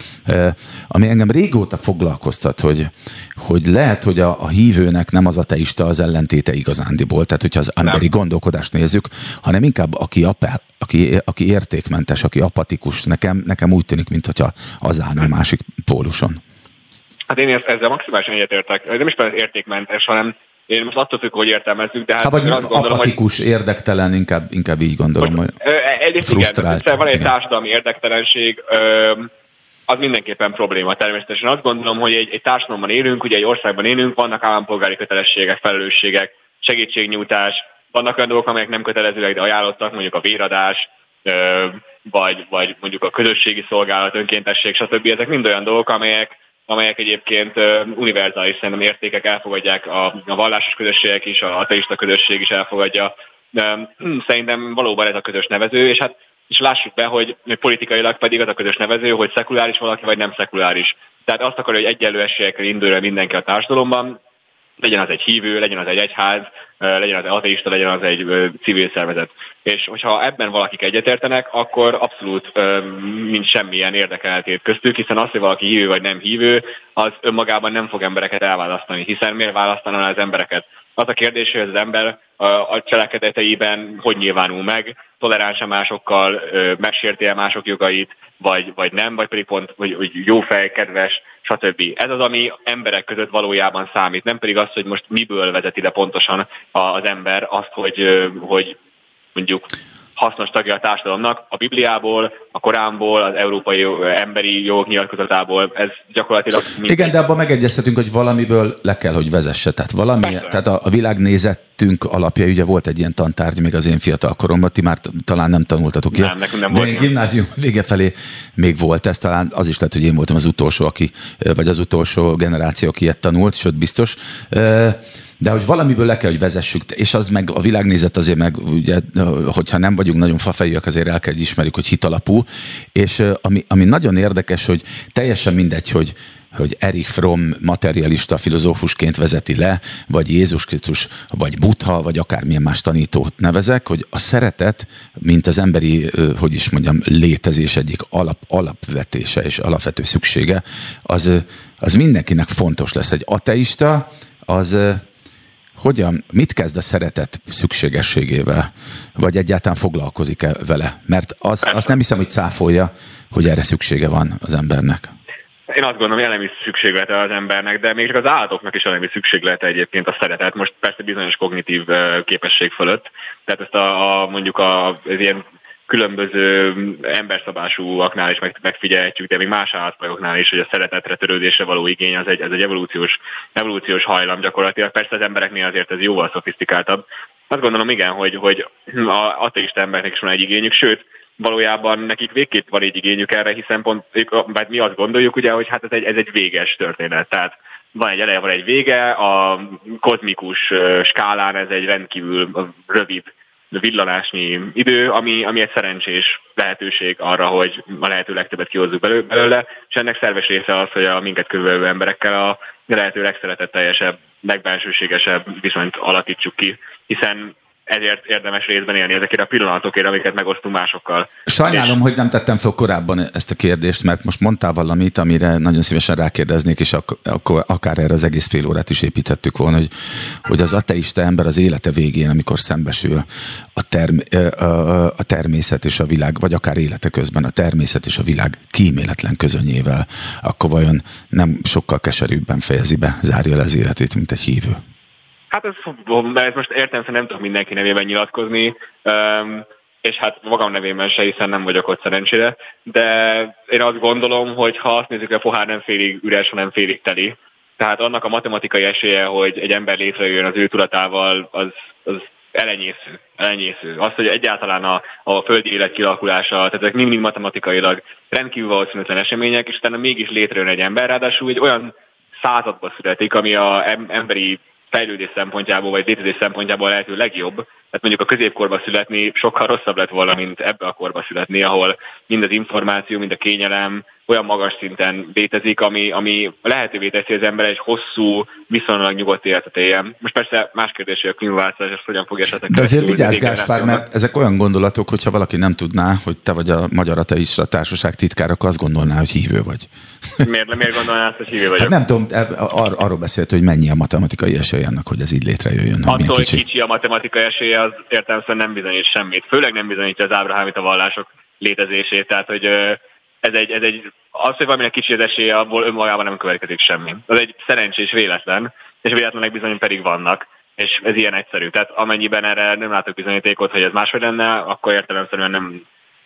Ami engem régóta foglalkoztat, hogy, hogy lehet, hogy a, a hívőnek nem az ateista az ellentéte igazándiból, tehát hogyha az emberi gondolkodást nézzük, hanem inkább aki, apel, aki, aki értékmentes, aki apatikus, nekem, nekem úgy tűnik, mintha az állna a másik póluson. Hát én ezzel maximálisan egyetértek. Nem is például értékmentes, hanem én most attól függ, hogy értelmezzük, de hát... Hát vagy gondolom, apatikus, hogy... érdektelen, inkább, inkább így gondolom, hogy, hogy frusztrált. Igen, van egy társadalmi érdektelenség, az mindenképpen probléma természetesen. Azt gondolom, hogy egy, egy társadalomban élünk, ugye egy országban élünk, vannak állampolgári kötelességek, felelősségek, segítségnyújtás, vannak olyan dolgok, amelyek nem kötelezőek, de ajánlottak, mondjuk a véradás, vagy, vagy mondjuk a közösségi szolgálat, önkéntesség, stb. Ezek mind olyan dolgok, amelyek amelyek egyébként univerzális szerintem értékek, elfogadják a, a vallásos közösségek is, a ateista közösség is elfogadja. De szerintem valóban ez a közös nevező, és hát és lássuk be, hogy politikailag pedig az a közös nevező, hogy szekuláris valaki, vagy nem szekuláris. Tehát azt akarja, hogy egyenlő esélyekkel induljon mindenki a társadalomban, legyen az egy hívő, legyen az egy egyház, legyen az egy ateista, legyen az egy civil szervezet. És hogyha ebben valakik egyetértenek, akkor abszolút nincs semmilyen érdekeltét köztük, hiszen az, hogy valaki hívő vagy nem hívő, az önmagában nem fog embereket elválasztani, hiszen miért választaná az embereket? Az a kérdés, hogy az ember a cselekedeteiben hogy nyilvánul meg, toleráns másokkal, megsérti-e mások jogait, vagy, vagy nem, vagy pedig pont, hogy, hogy jó fej, kedves, stb. Ez az, ami emberek között valójában számít, nem pedig az, hogy most miből vezet ide pontosan az ember azt, hogy, hogy mondjuk hasznos tagja a társadalomnak, a Bibliából, a Koránból, az Európai Emberi Jogok Nyilatkozatából, ez gyakorlatilag... Mindig. Igen, de abban megegyezhetünk, hogy valamiből le kell, hogy vezesse. Tehát valami, Persze. tehát a, a világnézetünk alapja, ugye volt egy ilyen tantárgy még az én fiatal koromban, ti már talán nem tanultatok nem, ilyet. Nem, nem de volt. én gimnázium vége felé még volt ez, talán az is lehet, hogy én voltam az utolsó, aki, vagy az utolsó generáció, aki ilyet tanult, sőt biztos. De hogy valamiből le kell, hogy vezessük, és az meg a világnézet azért meg, ugye, hogyha nem vagyunk nagyon fafejűek, azért el kell, hogy ismerjük, hogy hitalapú, és ami, ami nagyon érdekes, hogy teljesen mindegy, hogy hogy Erich Fromm materialista filozófusként vezeti le, vagy Jézus Krisztus, vagy Buddha, vagy akármilyen más tanítót nevezek, hogy a szeretet, mint az emberi, hogy is mondjam, létezés egyik alap, alapvetése és alapvető szüksége, az, az mindenkinek fontos lesz. Egy ateista, az hogyan, mit kezd a szeretet szükségességével? Vagy egyáltalán foglalkozik-e vele? Mert az, azt nem hiszem, hogy cáfolja, hogy erre szüksége van az embernek. Én azt gondolom, hogy elemi szükséglete az embernek, de még csak az állatoknak is elemi szükséglete egyébként a szeretet. Most persze bizonyos kognitív képesség fölött. Tehát ezt a, a mondjuk a, az ilyen különböző emberszabásúaknál is megfigyelhetjük, de még más állatfajoknál is, hogy a szeretetre, törődésre való igény az egy, ez egy evolúciós, evolúciós hajlam gyakorlatilag. Persze az embereknél azért ez jóval szofisztikáltabb. Azt gondolom, igen, hogy, hogy az ateista embernek is van egy igényük, sőt, valójában nekik végképp van egy igényük erre, hiszen pont, mert mi azt gondoljuk, ugye, hogy hát ez egy, ez egy véges történet. Tehát van egy eleje, van egy vége, a kozmikus skálán ez egy rendkívül rövid villanásnyi idő, ami, ami egy szerencsés lehetőség arra, hogy a lehető legtöbbet kihozzuk belőle, és ennek szerves része az, hogy a minket körülbelül emberekkel a lehető legszeretetteljesebb, legbensőségesebb viszonyt alakítsuk ki, hiszen ezért érdemes részben élni ezekért a pillanatokért, amiket megosztunk másokkal. Sajnálom, és... hogy nem tettem fel korábban ezt a kérdést, mert most mondtál valamit, amire nagyon szívesen rákérdeznék, és ak- ak- akár erre az egész fél órát is építettük volna, hogy, hogy az ateista ember az élete végén, amikor szembesül a, term- a, a természet és a világ, vagy akár élete közben a természet és a világ kíméletlen közönyével, akkor vajon nem sokkal keserűbben fejezi be, zárja le az életét, mint egy hívő? Hát ez, ez most értem, hogy nem tudok mindenki nevében nyilatkozni, és hát magam nevében se, hiszen nem vagyok ott szerencsére, de én azt gondolom, hogy ha azt nézzük, hogy a pohár nem félig üres, hanem félig teli, tehát annak a matematikai esélye, hogy egy ember létrejön az ő tudatával, az, az elenyésző, elenyésző. Az, hogy egyáltalán a, a földi élet kialakulása, tehát ezek mindig matematikailag rendkívül valószínűtlen események, és utána mégis létrejön egy ember, ráadásul egy olyan századba születik, ami az emberi fejlődés szempontjából, vagy létezés szempontjából lehető legjobb. Tehát mondjuk a középkorba születni sokkal rosszabb lett volna, mint ebbe a korba születni, ahol mind az információ, mind a kényelem olyan magas szinten létezik, ami, ami lehetővé teszi az ember egy hosszú, viszonylag nyugodt életet éljen. Most persze más kérdés, hogy a klímaváltozás ezt hogyan fog esetleg... De azért vigyázz, Gáspár, mert ezek olyan gondolatok, hogyha valaki nem tudná, hogy te vagy a Magyar Ateista Társaság titkára, akkor azt gondolná, hogy hívő vagy. Miért, miért gondolná azt, hogy hívő vagyok? Hát nem tudom, ar- arról beszélt, hogy mennyi a matematikai esély annak, hogy ez így létrejöjjön. Attól, hogy kicsi. kicsi a matematikai esélye, az értelemszerűen nem bizonyít semmit. Főleg nem bizonyítja az ábrahámita vallások létezését. Tehát, hogy ez egy, ez egy, az, hogy valaminek kicsi az esélye, abból önmagában nem következik semmi. Az egy szerencsés véletlen, és véletlenek bizony pedig vannak, és ez ilyen egyszerű. Tehát amennyiben erre nem látok bizonyítékot, hogy ez máshogy lenne, akkor értelemszerűen nem,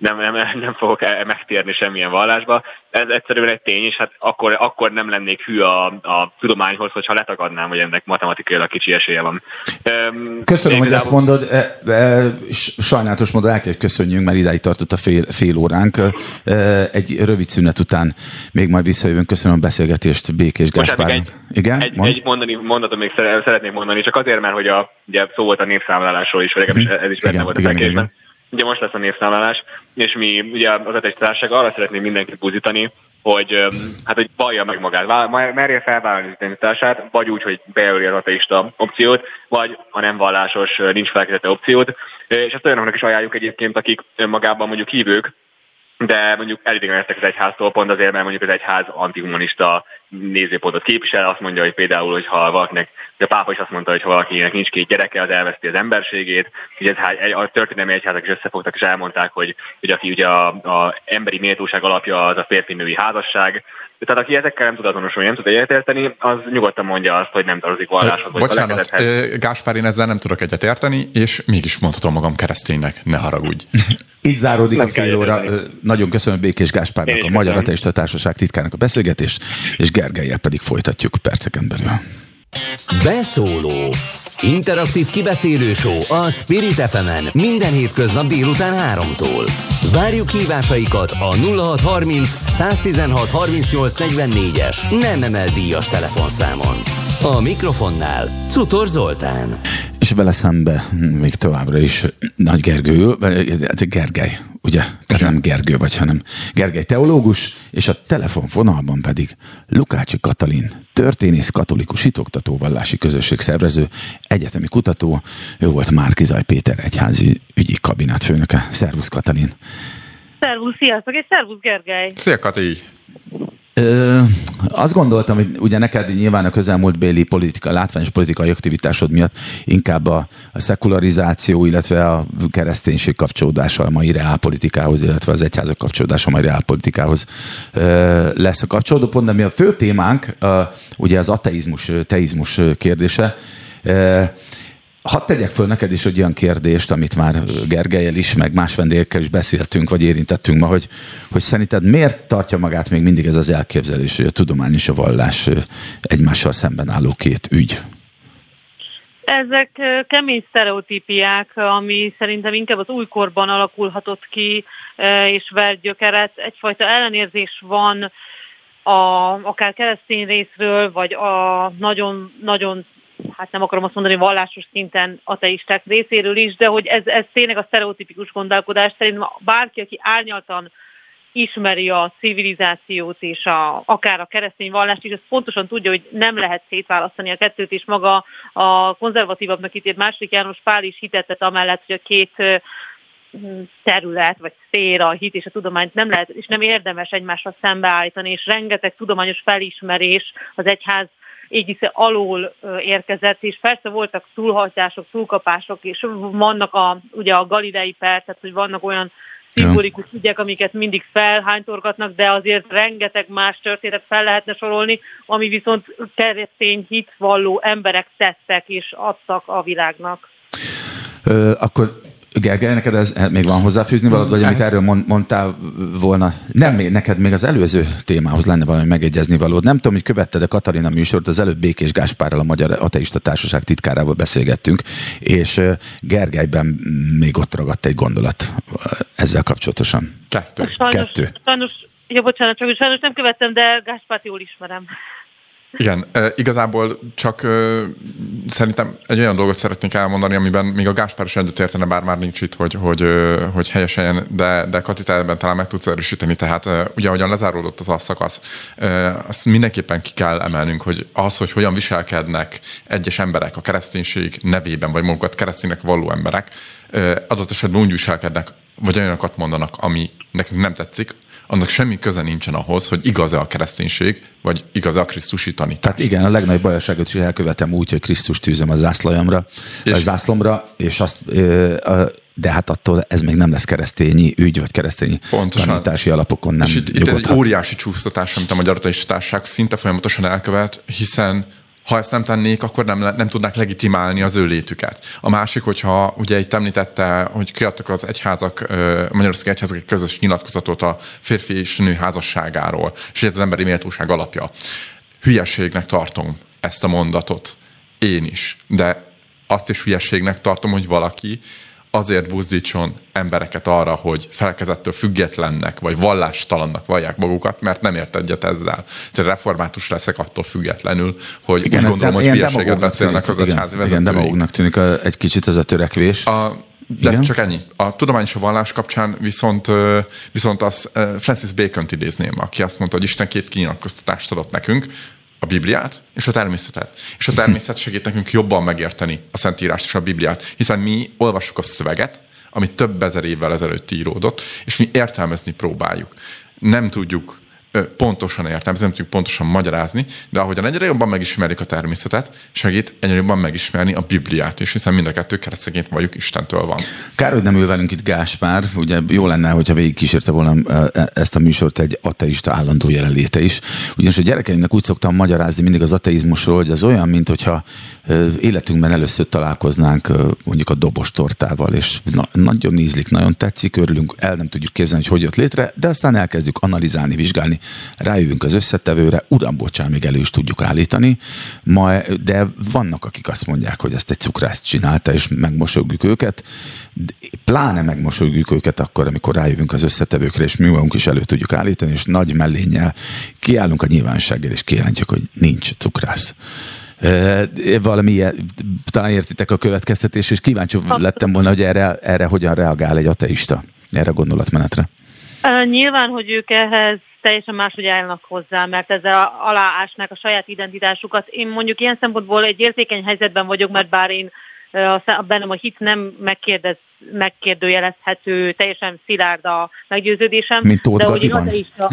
nem, nem, nem fogok megtérni semmilyen vallásba. Ez egyszerűen egy tény, és hát akkor, akkor nem lennék hű a, a tudományhoz, hogyha letagadnám, hogy ennek matematikailag kicsi esélye van. Köszönöm, hogy ezt mondod. Sajnálatos módon el kell köszönjünk, mert idáig tartott a fél, fél óránk. Egy rövid szünet után még majd visszajövünk. Köszönöm a beszélgetést Békés Gáspárnak. Igen? Egy, egy mondani, mondatot még szeretnék mondani, csak azért, mert hogy a, ugye szó volt a népszámlálásról is, vagy ez is benne volt a tekésben. Ugye most lesz a népszámlálás, és mi ugye az ateista társaság arra szeretnénk mindenkit buzítani, hogy hát hogy vallja meg magát, merje felvállalni az identitását, vagy úgy, hogy bejelöli az ateista opciót, vagy a nem vallásos, nincs felkészített opciót, és ezt olyanoknak is ajánljuk egyébként, akik önmagában mondjuk hívők, de mondjuk elidegenedtek az egyháztól pont azért, mert mondjuk az egyház antihumanista nézőpontot képvisel, azt mondja, hogy például, hogyha valakinek, a pápa is azt mondta, hogy ha valakinek nincs két gyereke, az elveszti az emberségét, hogy ez, a történelmi egyházak is összefogtak, és elmondták, hogy, hogy aki ugye a, a emberi méltóság alapja az a férfi-női házasság. Tehát aki ezekkel nem tud azonosulni, nem tud egyetérteni, az nyugodtan mondja azt, hogy nem tartozik valláshoz. Bocsánat, Gáspár, én ezzel nem tudok egyetérteni, és mégis mondhatom magam kereszténynek, ne haragudj. Itt záródik nem a fél óra. Nagyon köszönöm Békés Gáspárnak, a Magyar Ateista Társaság titkának a beszélgetést, és Gergellyel pedig folytatjuk perceken belül. Beszóló. Interaktív kibeszélő show a Spirit ef emen minden hétköznap délután háromtól. Várjuk hívásaikat a nulla hat harminc száztizenhat harmincnyolc negyvennégyes nem emel díjas telefonszámon. A mikrofonnál Cutor Zoltán. És vele szembe még továbbra is Nagy Gergő, Gergely, ugye? Tehát nem Gergő vagy, hanem Gergely teológus, és a telefonfonalban pedig Lukácsi Katalin, történész, katolikus hitoktató, vallási közösség szervező, egyetemi kutató, ő volt Márki-Zay Péter egyházi ügyi kabinetfőnöke. Szervusz Katalin! Szervusz, sziasztok, és szervusz Gergely! Szia Kati! Ö, azt gondoltam, hogy ugye neked nyilván a közelmúltbéli politika, látványos politikai aktivitásod miatt inkább a, a szekularizáció, illetve a kereszténység kapcsolódása a mai reálpolitikához, illetve az egyházak kapcsolódása a mai reálpolitikához ö, lesz a kapcsolódó pont, de mi a fő témánk, a, ugye az ateizmus, teizmus kérdése. Ö, Hadd tegyek föl neked is egy olyan kérdést, amit már Gergellyel is, meg más vendégekkel is beszéltünk, vagy érintettünk ma, hogy, hogy szerinted miért tartja magát még mindig ez az elképzelés, hogy a tudomány és a vallás egymással szemben álló két ügy? Ezek kemény sztereotípiák, ami szerintem inkább az újkorban alakulhatott ki, és vert gyökeret. Egyfajta ellenérzés van a, akár keresztény részről, vagy a nagyon-nagyon hát nem akarom azt mondani vallásos szinten ateisták részéről is, de hogy ez, ez tényleg a sztereotipikus gondolkodás. Szerintem bárki, aki árnyaltan ismeri a civilizációt és a, akár a keresztény vallást is, az pontosan tudja, hogy nem lehet szétválasztani a kettőt, és maga a konzervatívabbnak ítélt második János Pál is hitetett amellett, hogy a két terület, vagy szféra, a hit és a tudományt nem lehet, és nem érdemes egymással szembeállítani, és rengeteg tudományos felismerés az egyház égisze alól érkezett, és persze voltak túlhajtások, túlkapások, és vannak a, ugye a galilei per, tehát hogy vannak olyan szimbolikus ügyek, amiket mindig felhánytorgatnak, de azért rengeteg más történetet fel lehetne sorolni, ami viszont keresztény hitvalló emberek tettek és adtak a világnak. Ö, akkor Gergely, neked ez még van hozzáfűzni valód, vagy amit erről mondtál volna? Nem, még neked még az előző témához lenne valami megegyezni valód. Nem tudom, hogy követted a Katalin műsort, az előbb Békés Gáspárral, a Magyar Ateista Társaság titkárával beszélgettünk, és Gergelyben még ott ragadt egy gondolat ezzel kapcsolatosan. Kettő. Sajnos, Kettő. Sajnos, ja, bocsánat, csak sajnos nem követtem, de Gáspárt jól ismerem. Igen, e, igazából csak e, szerintem egy olyan dolgot szeretnék elmondani, amiben még a Gáspár is együtt értene, bár már nincs itt, hogy, hogy, e, hogy helyesen, de, de Kati, te ebben talán meg tudsz erősíteni. Tehát e, ugye, ahogyan lezáródott az a szakasz, e, azt mindenképpen ki kell emelnünk, hogy az, hogy hogyan viselkednek egyes emberek a kereszténység nevében, vagy magukat kereszténynek valló emberek, e, adott esetben úgy viselkednek, vagy olyanokat mondanak, ami nekünk nem tetszik, annak semmi köze nincsen ahhoz, hogy igaz-e a kereszténység, vagy igaz-e a Krisztusi tanítás. Tehát igen, a legnagyobb bajosságot is elkövetem úgy, hogy Krisztus tűzöm a zászlajomra, és a zászlomra, és azt, de hát attól ez még nem lesz keresztényi ügy, vagy keresztényi pontosan. Tanítási alapokon nem és itt, itt ez egy óriási csúsztatás, amit a Magyar Ateista Társaság szinte folyamatosan elkövet, hiszen Ha ezt nem tennék, akkor nem, nem tudnák legitimálni az ő létüket. A másik, hogyha ugye itt említette, hogy kiadtak az egyházak, Magyarországi egyházak egy közös nyilatkozatot a férfi és nő házasságáról, és ez az emberi méltóság alapja. Hülyességnek tartom ezt a mondatot. Én is. De azt is hülyességnek tartom, hogy valaki azért buzdítson embereket arra, hogy felekezettől függetlennek, vagy vallástalannak vallják magukat, mert nem ért egyet ezzel. Tehát református leszek attól függetlenül, hogy igen, úgy gondolom, hogy hülyeséget beszélnek az egyházi vezetői. Igen, demagógnak tűnik a, egy kicsit ez a törekvés. A, de igen? Csak ennyi. A tudomány és a vallás kapcsán viszont, viszont az Francis Bacont idézném, aki azt mondta, hogy Isten két kinyilatkoztatást adott nekünk, a Bibliát és a természetet. És a természet segít nekünk jobban megérteni a Szentírást és a Bibliát, hiszen mi olvassuk a szöveget, ami több ezer évvel ezelőtt íródott, és mi értelmezni próbáljuk. Nem tudjuk pontosan értelmezni, nem tudjuk pontosan magyarázni, de ahogyan egyre jobban megismerjük a természetet, segít egyre jobban megismerni a Bibliát is, hiszen mind a kettő keresztényként vagyunk, Istentől van. Kár, hogy nem ül velünk itt Gáspár, ugye jó lenne, hogyha végig kísérte volna ezt a műsort egy ateista állandó jelenléte is. Ugyanis a gyerekeimnek úgy szoktam magyarázni mindig az ateizmusról, hogy az olyan, mint hogyha életünkben először találkoznánk mondjuk a dobostortával, és na, nagyon ízlik, nagyon tetszik, örülünk, el nem tudjuk képzelni, hogy hogy jött létre, de aztán elkezdjük analizálni, vizsgálni, rájövünk az összetevőre, uram, bocsán, még elő is tudjuk állítani, ma, de vannak, akik azt mondják, hogy ezt egy cukrász csinálta, és megmosoljuk őket, pláne megmosoljuk őket akkor, amikor rájövünk az összetevőkre, és mi magunk is elő tudjuk állítani, és nagy mellénnyel kiállunk a nyilvánossággal, és kijelentjük, hogy nincs cukrász. Valami, talán értitek a következtetés, és kíváncsi lettem volna, hogy erre, erre hogyan reagál egy ateista, erre a gondolatmenetre. Nyilván, hogy ők ehhez teljesen máshogy állnak hozzá, mert ezzel aláásnák a saját identitásukat. Én mondjuk ilyen szempontból egy érzékeny helyzetben vagyok, mert bár én bennem a hit nem megkérdez, megkérdőjelezhető, teljesen szilárd a meggyőződésem. Mint Tóth Gadiban. A...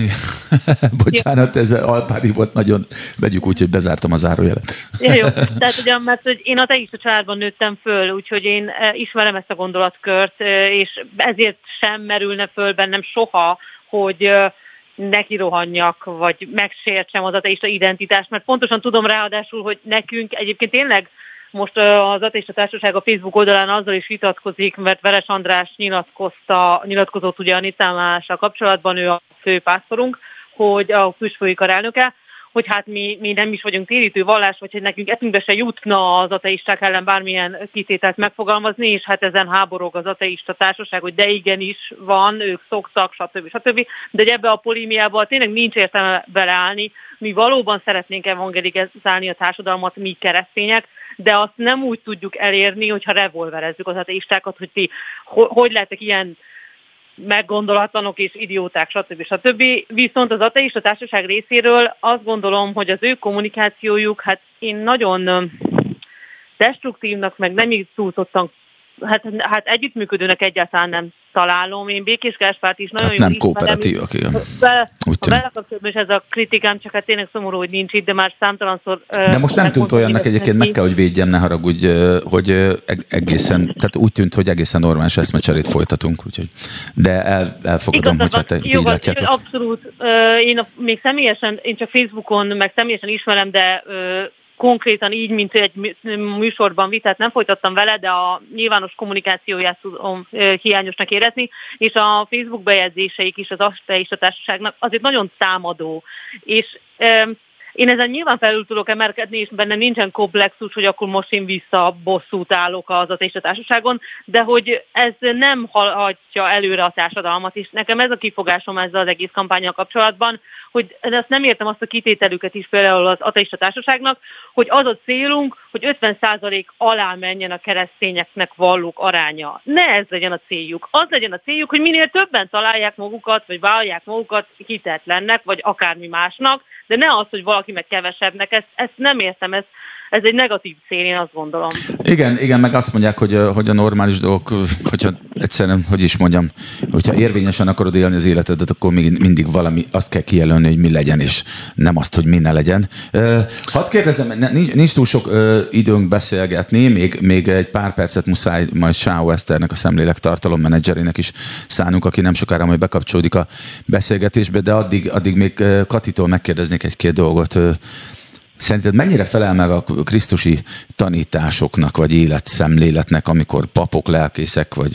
Bocsánat, ez alpári volt nagyon, vegyük úgy, hogy bezártam a zárójelet. Ja, jó, tehát ugyan, mert hogy én ateista családban nőttem föl, úgyhogy én ismerem ezt a gondolatkört, és ezért sem merülne föl bennem soha, hogy neki rohanjak, vagy megsértsem az ateista identitást, mert pontosan tudom ráadásul, hogy nekünk egyébként tényleg most az Ateista Társaság a Facebook oldalán azzal is vitatkozik, mert Veres András nyilatkozta, nyilatkozott ugye a népszámlálással kapcsolatban, ő a fő pásztorunk, hogy a püspökar elnöke, hogy hát mi, mi nem is vagyunk térítő vallás, vagy hogy nekünk eszünkbe se jutna az ateisták ellen bármilyen kitételt megfogalmazni, és hát ezen háborog az Ateista Társaság, hogy de igenis van, ők szoktak, stb. stb. De hogy ebbe a polémiába tényleg nincs értelme beleállni. Mi valóban szeretnénk evangelizálni a társadalmat, mi keresztények, de azt nem úgy tudjuk elérni, hogyha revolverezzük az ateistákat, hogy ti hogy lehetek ilyen meggondolatlanok és idióták, stb. stb. Viszont az Ateista Társaság részéről azt gondolom, hogy az ő kommunikációjuk, hát én nagyon destruktívnak, meg nem így túlzottan, hát, hát együttműködőnek egyáltalán nem találom. Én Békés Gáspárt is nagyon hát jól nem kooperatívak, igen. Vele kapcsolatban is ez a kritikám, csak hát tényleg szomorú, hogy nincs itt, de már számtalanszor... De most nem tűnt olyannak egyébként, meg kell, hogy védjem, ne haragudj, hogy egészen, tehát úgy tűnt, hogy egészen normális eszmecserét folytatunk, úgyhogy, de el, elfogadom, igazán, hogyha te így látjátok. Abszolút. Én a, még személyesen, én csak Facebookon, meg személyesen ismerem, de konkrétan így, mint egy műsorban vitát nem folytattam vele, de a nyilvános kommunikációját tudom hiányosnak érezni, és a Facebook bejegyzéseik is az Ateista Társaságnak azért nagyon támadó. És e, én ezen nyilván felül tudok emelkedni, és bennem nincsen komplexus, hogy akkor most én vissza bosszút állok az Ateista Társaságon, de hogy ez nem haladja előre a társadalmat, és nekem ez a kifogásom ezzel az egész kampánnyal kapcsolatban, hogy ezt nem értem azt a kitételüket is például az Ateista Társaságnak, hogy az a célunk, hogy ötven százalék alá menjen a keresztényeknek vallók aránya. Ne ez legyen a céljuk. Az legyen a céljuk, hogy minél többen találják magukat, vagy vállalják magukat hitetlennek, vagy akármi másnak, de ne az, hogy valaki meg kevesebbnek. Ezt, ezt nem értem, ez, ez egy negatív cél, én azt gondolom. Igen, igen, meg azt mondják, hogy, hogy a normális dolgok, hogyha egyszerűen, hogy is mondjam, hogyha érvényesen akarod élni az életedet, akkor még mindig valami, azt kell kijelölni, hogy mi legyen, és nem azt, hogy mi ne legyen. Hadd kérdezem, nincs, nincs túl sok időnk beszélgetni, még, még egy pár percet muszáj majd Sáó Eszternek, a Szemlélek tartalommenedzserének is szánunk, aki nem sokára majd bekapcsolódik a beszélgetésbe, de addig, addig még Katitól megkérdeznék egy-két dolgot. Szerinted mennyire felel meg a krisztusi tanításoknak, vagy életszemléletnek, amikor papok, lelkészek, vagy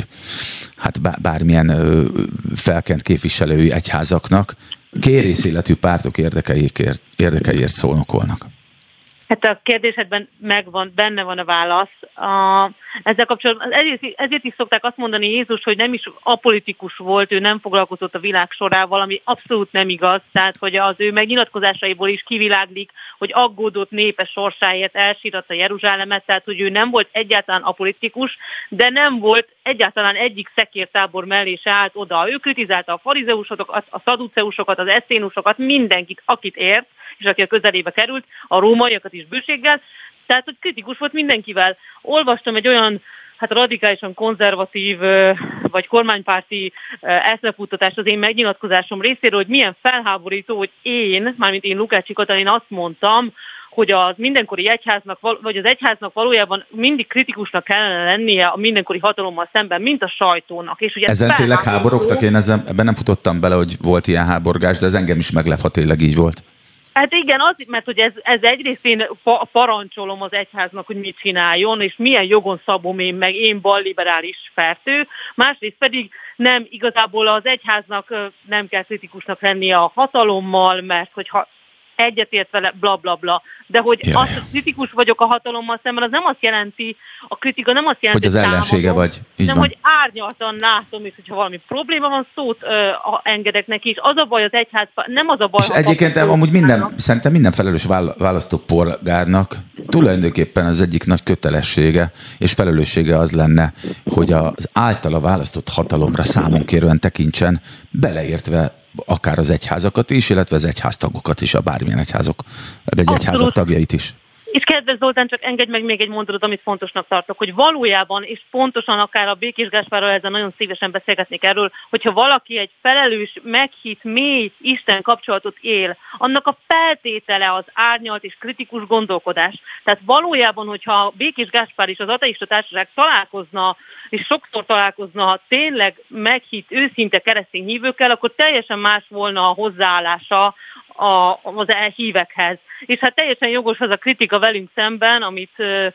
hát bármilyen felkent képviselői egyházaknak kérészéletű pártok érdekeiért, érdekeiért szónokolnak? Hát a kérdésedben megvan, benne van a válasz. A, ezzel kapcsolatban ezért, ezért is szokták azt mondani Jézus, hogy nem is apolitikus volt, ő nem foglalkozott a világ sorával, ami abszolút nem igaz. Tehát, hogy az ő megnyilatkozásaiból is kiviláglik, hogy aggódott népe sorsáért elsíratta Jeruzsálemet, tehát, hogy ő nem volt egyáltalán apolitikus, de nem volt egyáltalán egyik szekértábor mellé se állt oda. Ő kritizálta a farizeusokat, a szaduceusokat, az eszénusokat, mindenkit, akit ért, és aki a közelébe került, a rómaiakat is bőséggel, tehát hogy kritikus volt mindenkivel. Olvastam egy olyan hát radikálisan konzervatív vagy kormánypárti eszmefuttatást az én megnyilatkozásom részéről, hogy milyen felháborító, hogy én, mármint én Lukácsi Katalin azt mondtam, hogy az mindenkori egyháznak, vagy az egyháznak valójában mindig kritikusnak kellene lennie a mindenkori hatalommal szemben, mint a sajtónak. És ugye ezen tényleg háborogtak? Én ezen, ebben nem futottam bele, hogy volt ilyen háborgás, de ez engem is meglep, ha tényleg így volt. Hát igen, az, mert hogy ez, ez egyrészt én parancsolom az egyháznak, hogy mit csináljon, és milyen jogon szabom én meg, én balliberális fertő, másrészt pedig nem, igazából az egyháznak nem kell kritikusnak lennie a hatalommal, mert hogyha egyetért vele, bla bla bla. De hogy ja, az, hogy kritikus vagyok a hatalommal szemben, az nem azt jelenti, a kritika nem azt jelenti, hogy az ellensége vagy. Így nem, van. Hogy árnyaltan látom, és hogyha valami probléma van, szót ö, engedek neki, és az a baj az egyház, nem az a baj. És egyébként amúgy minden, szerintem minden felelős választópolgárnak tulajdonképpen az egyik nagy kötelessége és felelőssége az lenne, hogy az általa választott hatalomra számonkérően tekintsen, beleértve akár az egyházakat is, illetve az egyháztagokat is, a bármilyen egyházok, vagy egyházak tagjait is. És kedves Zoltán, csak engedj meg még egy mondatot, amit fontosnak tartok, hogy valójában, és pontosan akár a Békés Gáspárral ezzel nagyon szívesen beszélgetnék erről, hogyha valaki egy felelős, meghitt, mély Isten kapcsolatot él, annak a feltétele az árnyalt és kritikus gondolkodás. Tehát valójában, hogyha Békés Gáspár és az ateista társaság találkozna, és sokszor találkozna tényleg meghitt, őszinte keresztény hívőkkel, akkor teljesen más volna a hozzáállása A, az elhívekhez. És hát teljesen jogos az a kritika velünk szemben, amit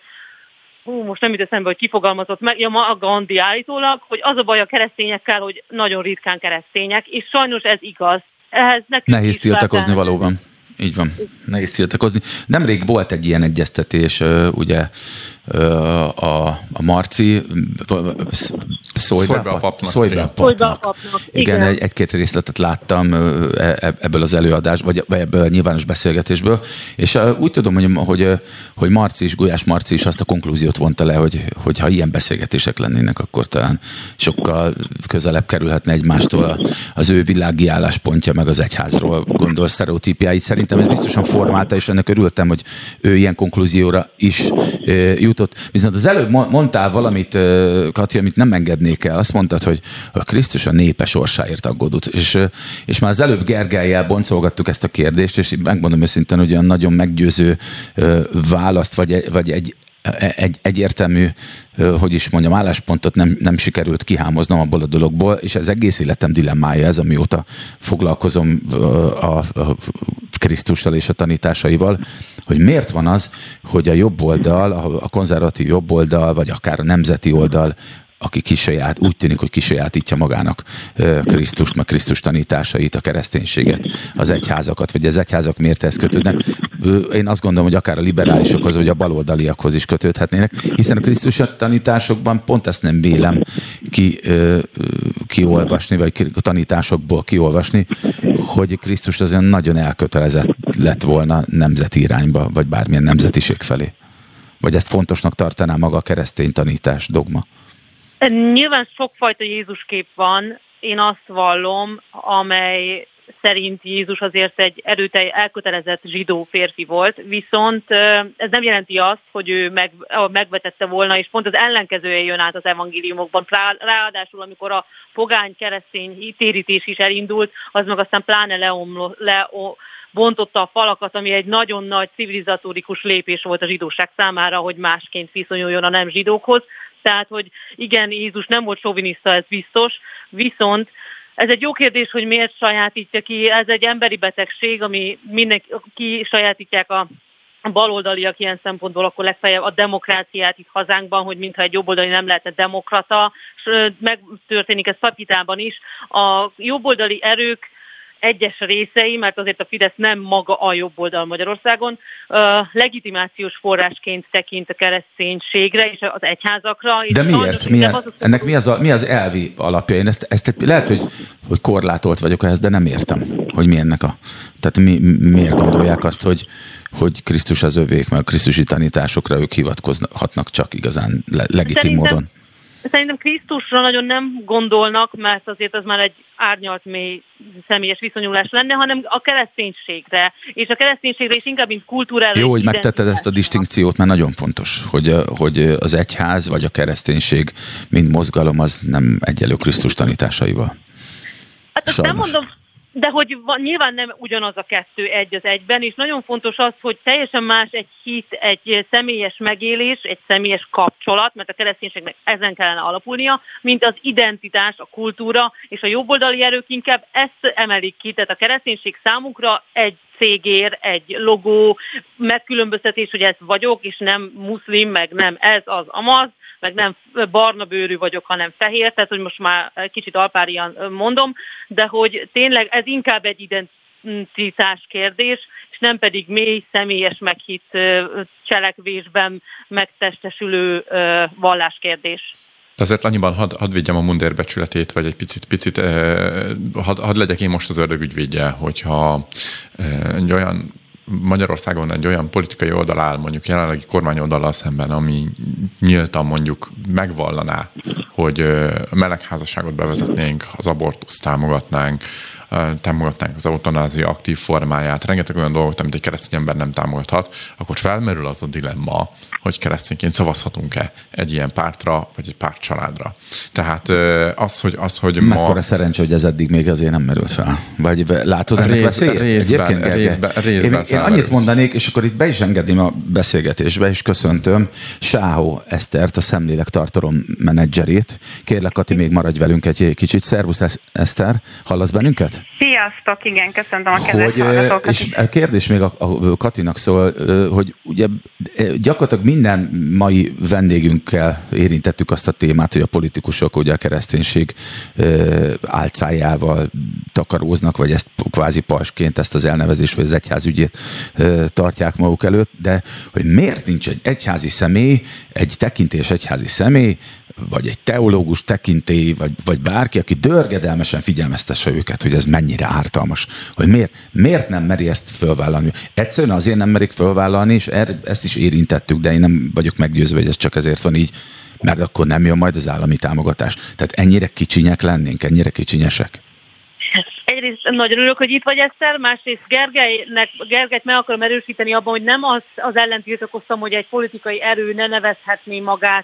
hú, most nem jut eszembe, hogy kifogalmazott meg, ja, maga Gandhi állítólag, hogy az a baj a keresztényekkel, hogy nagyon ritkán keresztények, és sajnos ez igaz. Ehhez nehéz tiltakozni valóban. Így van, nehéz tiltakozni. Nemrég volt egy ilyen egyeztetés, ugye a, a Marci Szojba papnak. Szojba papnak. Igen, igen. Egy, egy-két részletet láttam ebből az előadásból, vagy ebből a nyilvános beszélgetésből, és úgy tudom, hogy, hogy, hogy Marci is, Gulyás Marci is azt a konklúziót vonta le, hogy, hogy ha ilyen beszélgetések lennének, akkor talán sokkal közelebb kerülhetne egymástól az ő világi álláspontja, meg az egyházról gondol sztereotípiáit. Szerintem ez biztosan formálta, és ennek örültem, hogy ő ilyen konklúzióra is jutott. Viszont az előbb mondtál valamit, Kati, amit nem engednék el. Azt mondtad, hogy a Krisztus a népe sorsáért aggódott. És, és már az előbb Gergellyel boncolgattuk ezt a kérdést, és megmondom őszintén, hogy olyan nagyon meggyőző választ, vagy, vagy egy Egy, egyértelmű, hogy is mondjam, álláspontot nem, nem sikerült kihámoznom abból a dologból, és ez egész életem dilemmája ez, amióta foglalkozom a, a Krisztussal és a tanításaival, hogy miért van az, hogy a jobb oldal, a konzervatív jobb oldal, vagy akár a nemzeti oldal, aki kisaját, úgy tűnik, hogy kisajátítja magának Krisztust, meg Krisztus tanításait, a kereszténységet, az egyházakat, vagy az egyházak miért ezt kötődnek. Én azt gondolom, hogy akár a liberálisokhoz, vagy a baloldaliakhoz is kötődhetnének, hiszen a Krisztus tanításokban pont ezt nem vélem ki, kiolvasni, vagy a tanításokból kiolvasni, hogy Krisztus azért nagyon elkötelezett lett volna nemzeti irányba, vagy bármilyen nemzetiség felé. Vagy ezt fontosnak tartaná maga a keresztény tanítás, dogma. Nyilván sokfajta Jézuskép van, én azt vallom, amely szerint Jézus azért egy erőteljes, elkötelezett zsidó férfi volt, viszont ez nem jelenti azt, hogy ő meg, megvetette volna, és pont az ellenkezője jön át az evangéliumokban. Ráadásul, amikor a pogány keresztény térítés is elindult, az meg aztán pláne leomlott, le, bontotta a falakat, ami egy nagyon nagy civilizatórikus lépés volt a zsidóság számára, hogy másként viszonyuljon a nem zsidókhoz. Tehát, hogy igen, Jézus nem volt soviniszta, ez biztos, viszont ez egy jó kérdés, hogy miért sajátítja ki, ez egy emberi betegség, ami mindenki sajátítják a baloldaliak ilyen szempontból, akkor legfeljebb a demokráciát itt hazánkban, hogy mintha egy jobboldali nem lehetne demokrata, és megtörténik ez Szapitában is. A jobboldali erők egyes részei, mert azért a Fidesz nem maga a jobb oldal Magyarországon, uh, legitimációs forrásként tekint a kereszténységre és az egyházakra. De miért? Milyen, az ennek mi az, a, mi az elvi alapja? Én ezt, ezt lehet, hogy, hogy korlátolt vagyok ehhez, de nem értem, hogy mi ennek a... Tehát mi, miért gondolják azt, hogy, hogy Krisztus az övék, meg a krisztusi tanításokra ők hivatkozhatnak csak igazán le, legitim Szerintem... módon? Szerintem Krisztusra nagyon nem gondolnak, mert azért az már egy árnyalt mély személyes viszonyulás lenne, hanem a kereszténységre. És a kereszténységre is inkább, mint kultúrára. Jó, hogy megtetted ezt a distinkciót, mert nagyon fontos, hogy, hogy az egyház vagy a kereszténység, mint mozgalom, az nem egyenlő Krisztus tanításaival. Hát azt nem mondom, de hogy van, nyilván nem ugyanaz a kettő egy az egyben, és nagyon fontos az, hogy teljesen más egy hit, egy személyes megélés, egy személyes kapcsolat, mert a kereszténységnek ezen kellene alapulnia, mint az identitás, a kultúra, és a jobboldali erők inkább ezt emelik ki, tehát a kereszténység számukra egy cégér, egy logó, megkülönböztetés, hogy ez vagyok, és nem muszlim, meg nem ez az amaz, meg nem barna bőrű vagyok, hanem fehér, tehát hogy most már kicsit alpárian mondom, de hogy tényleg ez inkább egy identitás kérdés, és nem pedig mély, személyes, meghitt cselekvésben megtestesülő valláskérdés. Azért annyiban hadd had vigyem a mundér becsületét, vagy egy picit, picit eh, hadd had legyek én most az ördög ügyvédje, hogyha eh, egy olyan Magyarországon egy olyan politikai oldal áll, mondjuk jelenlegi kormányoldallal szemben, ami nyíltan mondjuk megvallaná, hogy a melegházasságot bevezetnénk, az abortuszt támogatnánk, támogatnánk az eutanázia aktív formáját, rengeteg olyan dolgot, amit egy keresztény ember nem támogathat, akkor felmerül az a dilemma, hogy keresztényként szavazhatunk-e egy ilyen pártra, vagy egy pártcsaládra. Tehát az, hogy... Az, hogy ma... Mekkora szerencsé, hogy ez eddig még azért nem merült fel. Vagy látod ennek veszélyt? Részben, részben, részben én, én annyit mondanék, és akkor itt be is engedném a beszélgetésbe, és köszöntöm Sáhó Esztert, a Szemlélek tartalom menedzserét. Kérlek, Kati, még maradj velünk egy kicsit. Szervusz, Eszter, hallasz bennünket? Sziasztok, igen, köszöntöm a kedves hallgatókat. És a kérdés még a, a Katinak szól, hogy ugye gyakorlatilag minden mai vendégünkkel érintettük azt a témát, hogy a politikusok ugye a kereszténység álcájával takaróznak, vagy ezt kvázi pasként, ezt az elnevezést, vagy az egyház ügyét tartják maguk előtt, de hogy miért nincs egy egyházi személy, egy tekintélyes egyházi személy, vagy egy teológus tekintély, vagy, vagy bárki, aki dörgedelmesen figyelmeztesse őket, hogy ez mennyire ártalmas, hogy miért, miért nem meri ezt fölvállalni. Egyszerűen azért nem merik fölvállalni, és er, ezt is érintettük, de én nem vagyok meggyőzve, hogy ez csak ezért van így, mert akkor nem jön majd az állami támogatás. Tehát ennyire kicsinyek lennénk, ennyire kicsinyesek. Egyrészt nagyon örülök, hogy itt vagy, Eszter, másrészt Gergelynek, Gergelyt meg akarom erősíteni abban, hogy nem az, az ellen tiltakoztam, hogy egy politikai erő ne nevezhetné magát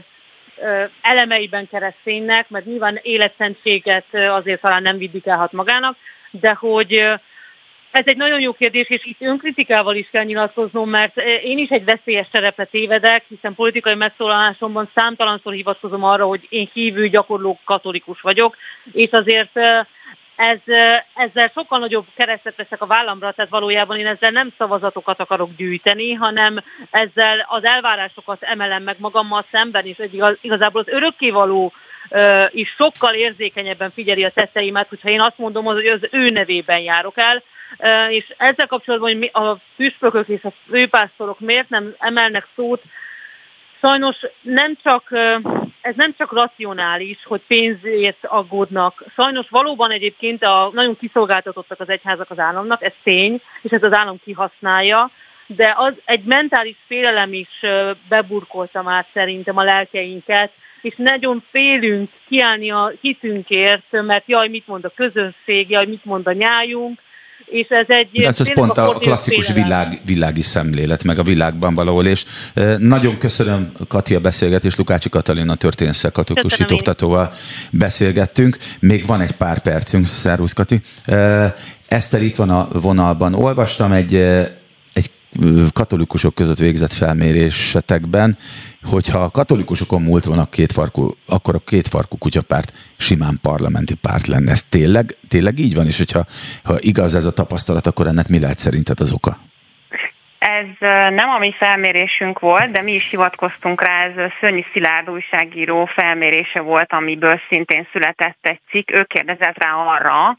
elemeiben kereszténynek, mert nyilván életszentséget azért talán nem vindikálhat magának, de hogy ez egy nagyon jó kérdés, és itt önkritikával is kell nyilatkoznom, mert én is egy veszélyes terepre tévedek, hiszen politikai megszólalásomban számtalanszor hivatkozom arra, hogy én hívő, gyakorló katolikus vagyok, és azért ez, ezzel sokkal nagyobb keresztet veszek a vállamra, tehát valójában én ezzel nem szavazatokat akarok gyűjteni, hanem ezzel az elvárásokat emelem meg magammal szemben, és igazából az örökkévaló is sokkal érzékenyebben figyeli a tetteimet, hogyha én azt mondom, hogy az ő nevében járok el, és ezzel kapcsolatban, hogy a püspökök és a főpásztorok miért nem emelnek szót, sajnos nem csak, ez nem csak racionális, hogy pénzért aggódnak. Sajnos valóban egyébként a, nagyon kiszolgáltatottak az egyházak az államnak, ez tény, és ez az állam kihasználja, de az egy mentális félelem is beburkolta már szerintem a lelkeinket, és nagyon félünk kiállni a hitünkért, mert jaj, mit mond a közönség, jaj, mit mond a nyájunk, és ez egy... De ez, ez pont a, a klasszikus világ, világi szemlélet, meg a világban valahol, és e, nagyon köszönöm, Kati, a beszélgetést, Lukácsi Katalina történésszel, katolikus hitoktatóval beszélgettünk. Még van egy pár percünk, szervusz, Kati. E, Eszter itt van a vonalban. Olvastam egy, egy katolikusok között végzett felmérésetekben, hogyha a katolikusokon múlt volna a kétfarkú, akkor a kétfarkú kutyapárt simán parlamenti párt lenne. Ez tényleg, tényleg így van? És hogyha ha igaz ez a tapasztalat, akkor ennek mi lehet szerinted az oka? Ez Ez nem a mi felmérésünk volt, de mi is hivatkoztunk rá, ez Szörnyi Szilárd újságíró felmérése volt, amiből szintén született egy cikk. Ő kérdezett rá arra,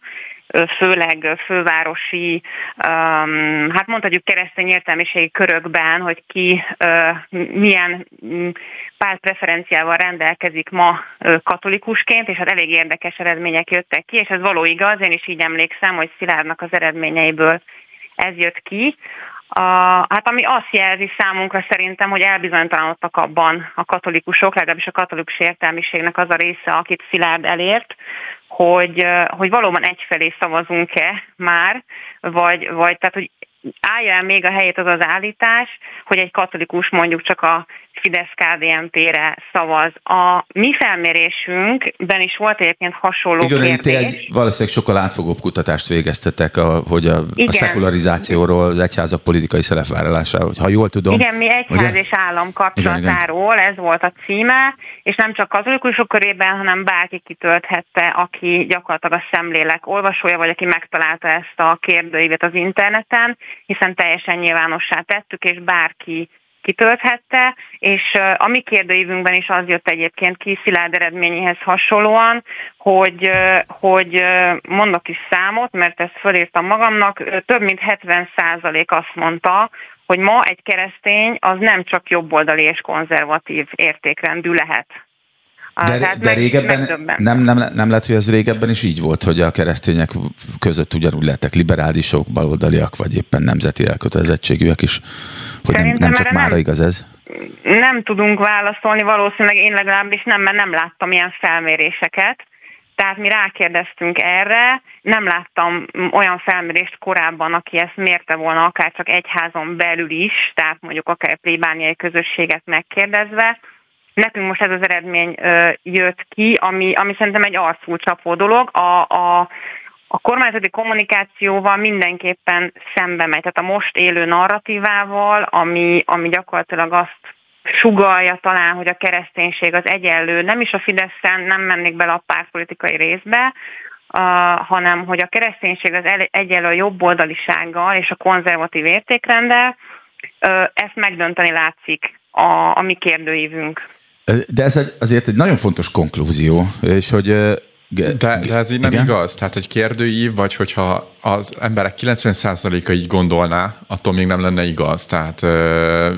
főleg fővárosi, hát mondhatjuk keresztény értelmiségi körökben, hogy ki milyen pártpreferenciával rendelkezik ma katolikusként, és hát elég érdekes eredmények jöttek ki, és ez való igaz, én is így emlékszem, hogy Szilárdnak az eredményeiből ez jött ki. A, hát ami azt jelzi számunkra szerintem, hogy elbizonytalanodtak abban a katolikusok, legalábbis a katolikus értelmiségnek az a része, akit Szilárd elért, hogy, hogy valóban egyfelé szavazunk-e már, vagy, vagy tehát, hogy állja el még a helyét az az állítás, hogy egy katolikus mondjuk csak a Fidesz-ká dé en pé-re szavaz. A mi felmérésünkben is volt egyébként hasonló igen, kérdés. Igen, egy valószínűleg sokkal átfogóbb kutatást végeztetek, a, hogy a, a szekularizációról, az egyházak politikai szerepvállalásáról, ha jól tudom. Igen, mi egyház ugye? És állam kapcsolatáról, igen, ez volt a címe, és nem csak katolikusok körében, hanem bárki kitölthette, aki gyakorlatilag a szemlélek olvasója, vagy aki megtalálta ezt a kérdőívet az interneten, hiszen teljesen nyilvánossá tettük, és bárki kitölthette, és a mi kérdőívünkben is az jött egyébként ki Szilárd eredményéhez hasonlóan, hogy, hogy mondok is számot, mert ezt fölírtam magamnak, több mint hetven százalék azt mondta, hogy ma egy keresztény az nem csak jobboldali és konzervatív értékrendű lehet. De, de meg, régebben nem, nem, nem lehet, hogy ez régebben is így volt, hogy a keresztények között ugyanúgy lehettek liberálisok, baloldaliak, vagy éppen nemzeti elkötelezettségűek is, hogy nem, nem csak mára igaz ez? Nem tudunk válaszolni, valószínűleg én legalábbis nem, mert nem láttam ilyen felméréseket. Tehát mi rákérdeztünk erre, nem láttam olyan felmérést korábban, aki ezt mérte volna akár csak egyházon belül is, tehát mondjuk akár plébániai közösséget megkérdezve. Nekünk most ez az eredmény ö, jött ki, ami, ami szerintem egy arcul csapó dolog. A, a, a kormányzati kommunikációval mindenképpen szembe megy. Tehát a most élő narratívával, ami, ami gyakorlatilag azt sugallja talán, hogy a kereszténység az egyenlő, nem is a Fideszen, nem mennék bele a pártpolitikai részbe, uh, hanem hogy a kereszténység az egyenlő a jobboldalisággal és a konzervatív értékrenddel, uh, ezt megdönteni látszik a, a mi kérdőívünk. De ez azért egy nagyon fontos konklúzió, és hogy... De, de ez így nem igen? igaz. Tehát egy kérdőív, vagy hogyha az emberek kilencven százaléka így gondolná, attól még nem lenne igaz. Tehát uh,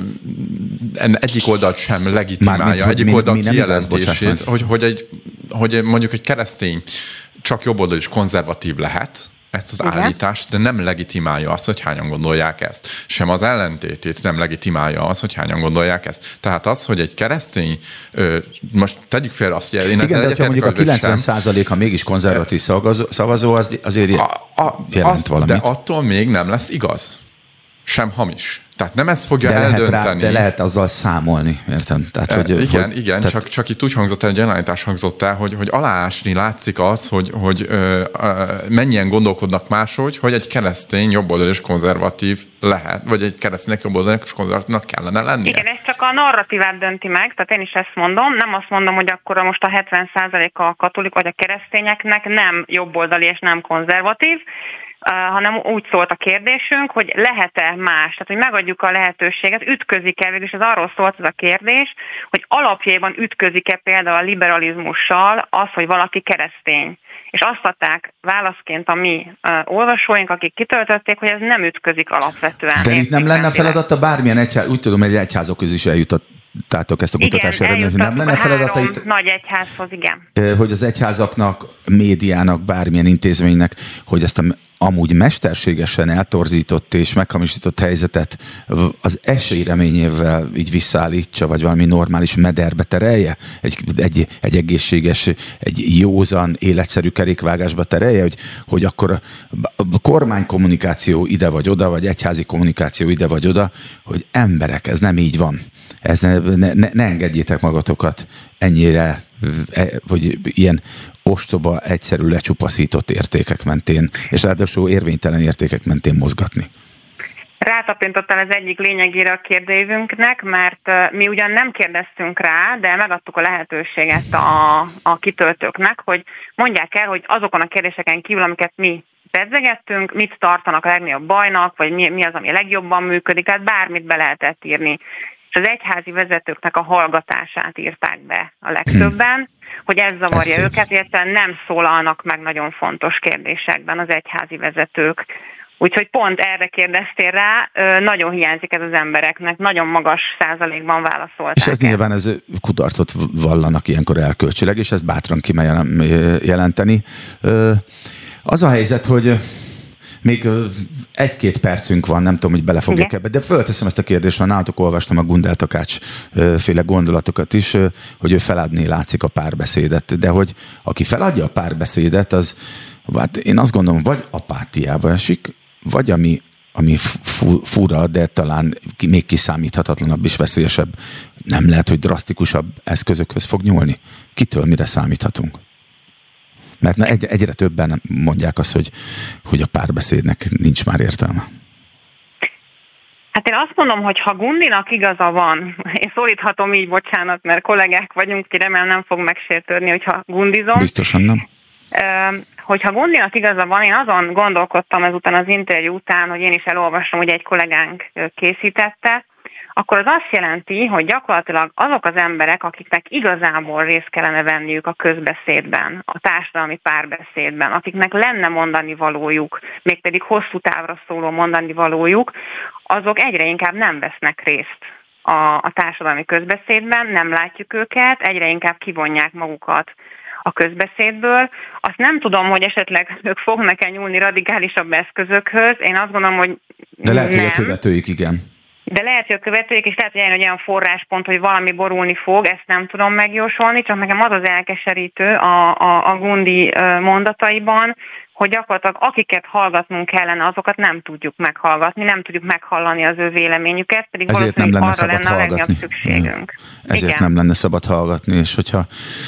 egyik oldalt sem legitimálja, Mármint, egyik mi, oldal mi kijelentését, hogy, hogy, egy, hogy mondjuk egy keresztény csak jobboldali és konzervatív lehet, ezt az igen. állítást, de nem legitimálja azt, hogy hányan gondolják ezt. Sem az ellentétét nem legitimálja azt, hogy hányan gondolják ezt. Tehát az, hogy egy keresztény, ö, most tegyük félre azt, hogy én igen, de ha mondjuk a kilencven százaléka mégis konzervatív szavazó, az azért a, a, jelent az, valamit. De attól még nem lesz igaz. Sem hamis. Tehát nem ezt fogja de eldönteni. Lehet rá, de lehet azzal számolni, értem? Tehát, hogy, igen, hogy, igen, tehát... csak, csak itt úgy hangzott el, egy jelenítás hangzott el, hogy, hogy aláásni látszik az, hogy, hogy ö, ö, mennyien gondolkodnak máshogy, hogy egy keresztény jobboldali és konzervatív lehet, vagy egy kereszténynek jobboldali és konzervatívnak kellene lennie. Igen, ez csak a narratívát dönti meg, tehát én is ezt mondom, nem azt mondom, hogy akkor most a hetven százaléka a katolik vagy a keresztényeknek nem jobboldali és nem konzervatív, Uh, hanem úgy szólt a kérdésünk, hogy lehet-e más, tehát hogy megadjuk a lehetőséget, ütközik-e, végülis ez arról szólt ez a kérdés, hogy alapjában ütközik-e például a liberalizmussal az, hogy valaki keresztény. És azt adták válaszként a mi uh, olvasóink, akik kitöltötték, hogy ez nem ütközik alapvetően. De itt nem lenne feladata bármilyen egyház, úgy tudom, hogy egyházok közül is eljutott. Tehát ezt a kutatási eredményt, nem lenne feladata itt, nagy egyházhoz, igen. Hogy az egyházaknak, médiának, bármilyen intézménynek, hogy ezt a amúgy mesterségesen eltorzított és meghamisított helyzetet az esélyreményével így visszaállítsa, vagy valami normális mederbe terelje, egy, egy, egy egészséges, egy józan, életszerű kerékvágásba terelje, hogy, hogy akkor a kormánykommunikáció ide vagy oda, vagy egyházi kommunikáció ide vagy oda, hogy emberek, ez nem így van. Ez ne, ne, ne engedjétek magatokat ennyire, hogy ilyen ostoba, egyszerű, lecsupaszított értékek mentén, és ráadásul érvénytelen értékek mentén mozgatni. Rátapintottál az egyik lényegére a kérdőívünknek, mert mi ugyan nem kérdeztünk rá, de megadtuk a lehetőséget a, a kitöltőknek, hogy mondják el, hogy azokon a kérdéseken kívül, amiket mi pedzegettünk, mit tartanak a legnagyobb bajnak, vagy mi, mi az, ami legjobban működik, tehát bármit be lehetett írni. És az egyházi vezetőknek a hallgatását írták be a legtöbben, hmm. hogy ez zavarja ez őket, illetve nem szólalnak meg nagyon fontos kérdésekben az egyházi vezetők. Úgyhogy pont erre kérdeztél rá, nagyon hiányzik ez az embereknek, nagyon magas százalékban válaszolták. És ez el. Nyilván ez kudarcot vallanak ilyenkor elkölcsileg, és ezt bátran kimerem jelenteni. Az a helyzet, hogy még egy-két percünk van, nem tudom, hogy belefogjuk ebbe, de fölteszem ezt a kérdést, mert nálatok olvastam a Gundel Takács féle gondolatokat is, hogy ő feladni látszik a párbeszédet, de hogy aki feladja a párbeszédet, az, hát én azt gondolom, vagy apátiába esik, vagy ami, ami fura, de talán még kiszámíthatatlanabb és veszélyesebb, nem lehet, hogy drasztikusabb eszközökhöz fog nyúlni. Kitől mire számíthatunk? Mert egy, egyre többen mondják azt, hogy, hogy a párbeszédnek nincs már értelme. Hát én azt mondom, hogy ha Gundinak igaza van, én szólíthatom így, bocsánat, mert kollégák vagyunk, ki remélem nem fog megsértődni, hogyha gundizom. Biztosan nem. Hogyha Gundinak igaza van, én azon gondolkodtam ezután az interjú után, hogy én is elolvastam, hogy egy kollégánk készítette, akkor az azt jelenti, hogy gyakorlatilag azok az emberek, akiknek igazából részt kellene venniük a közbeszédben, a társadalmi párbeszédben, akiknek lenne mondani valójuk, mégpedig hosszú távra szóló mondani valójuk, azok egyre inkább nem vesznek részt a, a társadalmi közbeszédben, nem látjuk őket, egyre inkább kivonják magukat a közbeszédből. Azt nem tudom, hogy esetleg ők fognak-e nyúlni radikálisabb eszközökhöz. Én azt gondolom, hogy de lehet, nem. hogy a követőik, igen. De lehet, hogy a követőik, és lehet, hogy egy olyan forráspont, hogy valami borulni fog, ezt nem tudom megjósolni, csak nekem az az elkeserítő a, a, a Gundi mondataiban, hogy gyakorlatilag akiket hallgatnunk kellene, azokat nem tudjuk meghallgatni, nem tudjuk meghallani az ő véleményüket, pedig ezért nem lenne arra szabad lenne hallgatni. A legnagyobb szükségünk. Ezért igen. nem lenne szabad hallgatni, és hogyha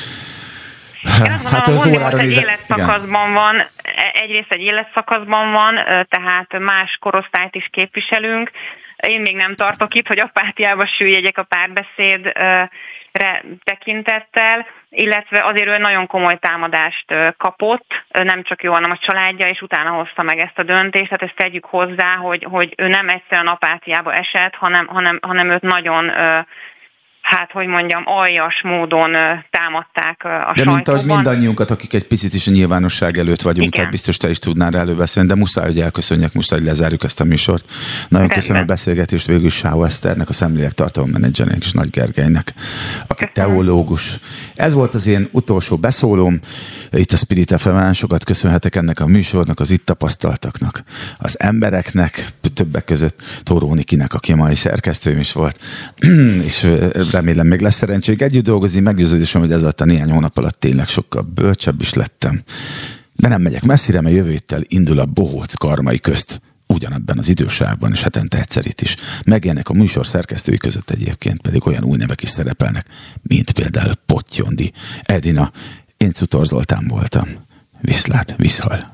Én azt hát gondolom, hogy most egy életszakaszban van, egyrészt egy életszakaszban van, tehát más korosztályt is képviselünk. Én még nem tartok itt, hogy apátiába süllyedjek a párbeszédre tekintettel, illetve azért ő nagyon komoly támadást kapott, nem csak jó, hanem a családja, és utána hozta meg ezt a döntést, tehát ezt tegyük hozzá, hogy, hogy ő nem egyszerűen apátiába esett, hanem, hanem, hanem őt nagyon... hát, hogy mondjam, aljas módon támadták a de sajtóban. De mint ahogy mindannyiunkat, akik egy picit is a nyilvánosság előtt vagyunk, igen. Tehát biztos te is tudnál előbeszélni, de muszáj, hogy elköszönjek, muszáj, hogy lezárjuk ezt a műsort. Nagyon Rendben. Köszönöm a beszélgetést végül Sáó Eszternek, a Szemlélettartalom menedzsernek és Nagy Gergelynek, aki köszönöm. Teológus. Ez volt az én utolsó beszólóm. Itt a Spirit ef emen sokat köszönhetek ennek a műsornak, az itt tapasztaltaknak, az embereknek, többek között Tóró Nikinek, aki a mai szerkesztőm is volt, és remélem még lesz szerencsénk együtt dolgozni, meggyőződésem, hogy ez alatt a néhány hónap alatt tényleg sokkal bölcsebb is lettem. De nem megyek messzire, mert jövő héttel indul a Bohóc Karmai Közt, ugyanebben az idősávban, és hetente egyszer itt is. Megjelennek a műsor szerkesztői között egyébként, pedig olyan új nevek is szerepelnek, mint például Pottyondi Edina. Én Cutor Zoltán voltam. Viszlát, viszhal.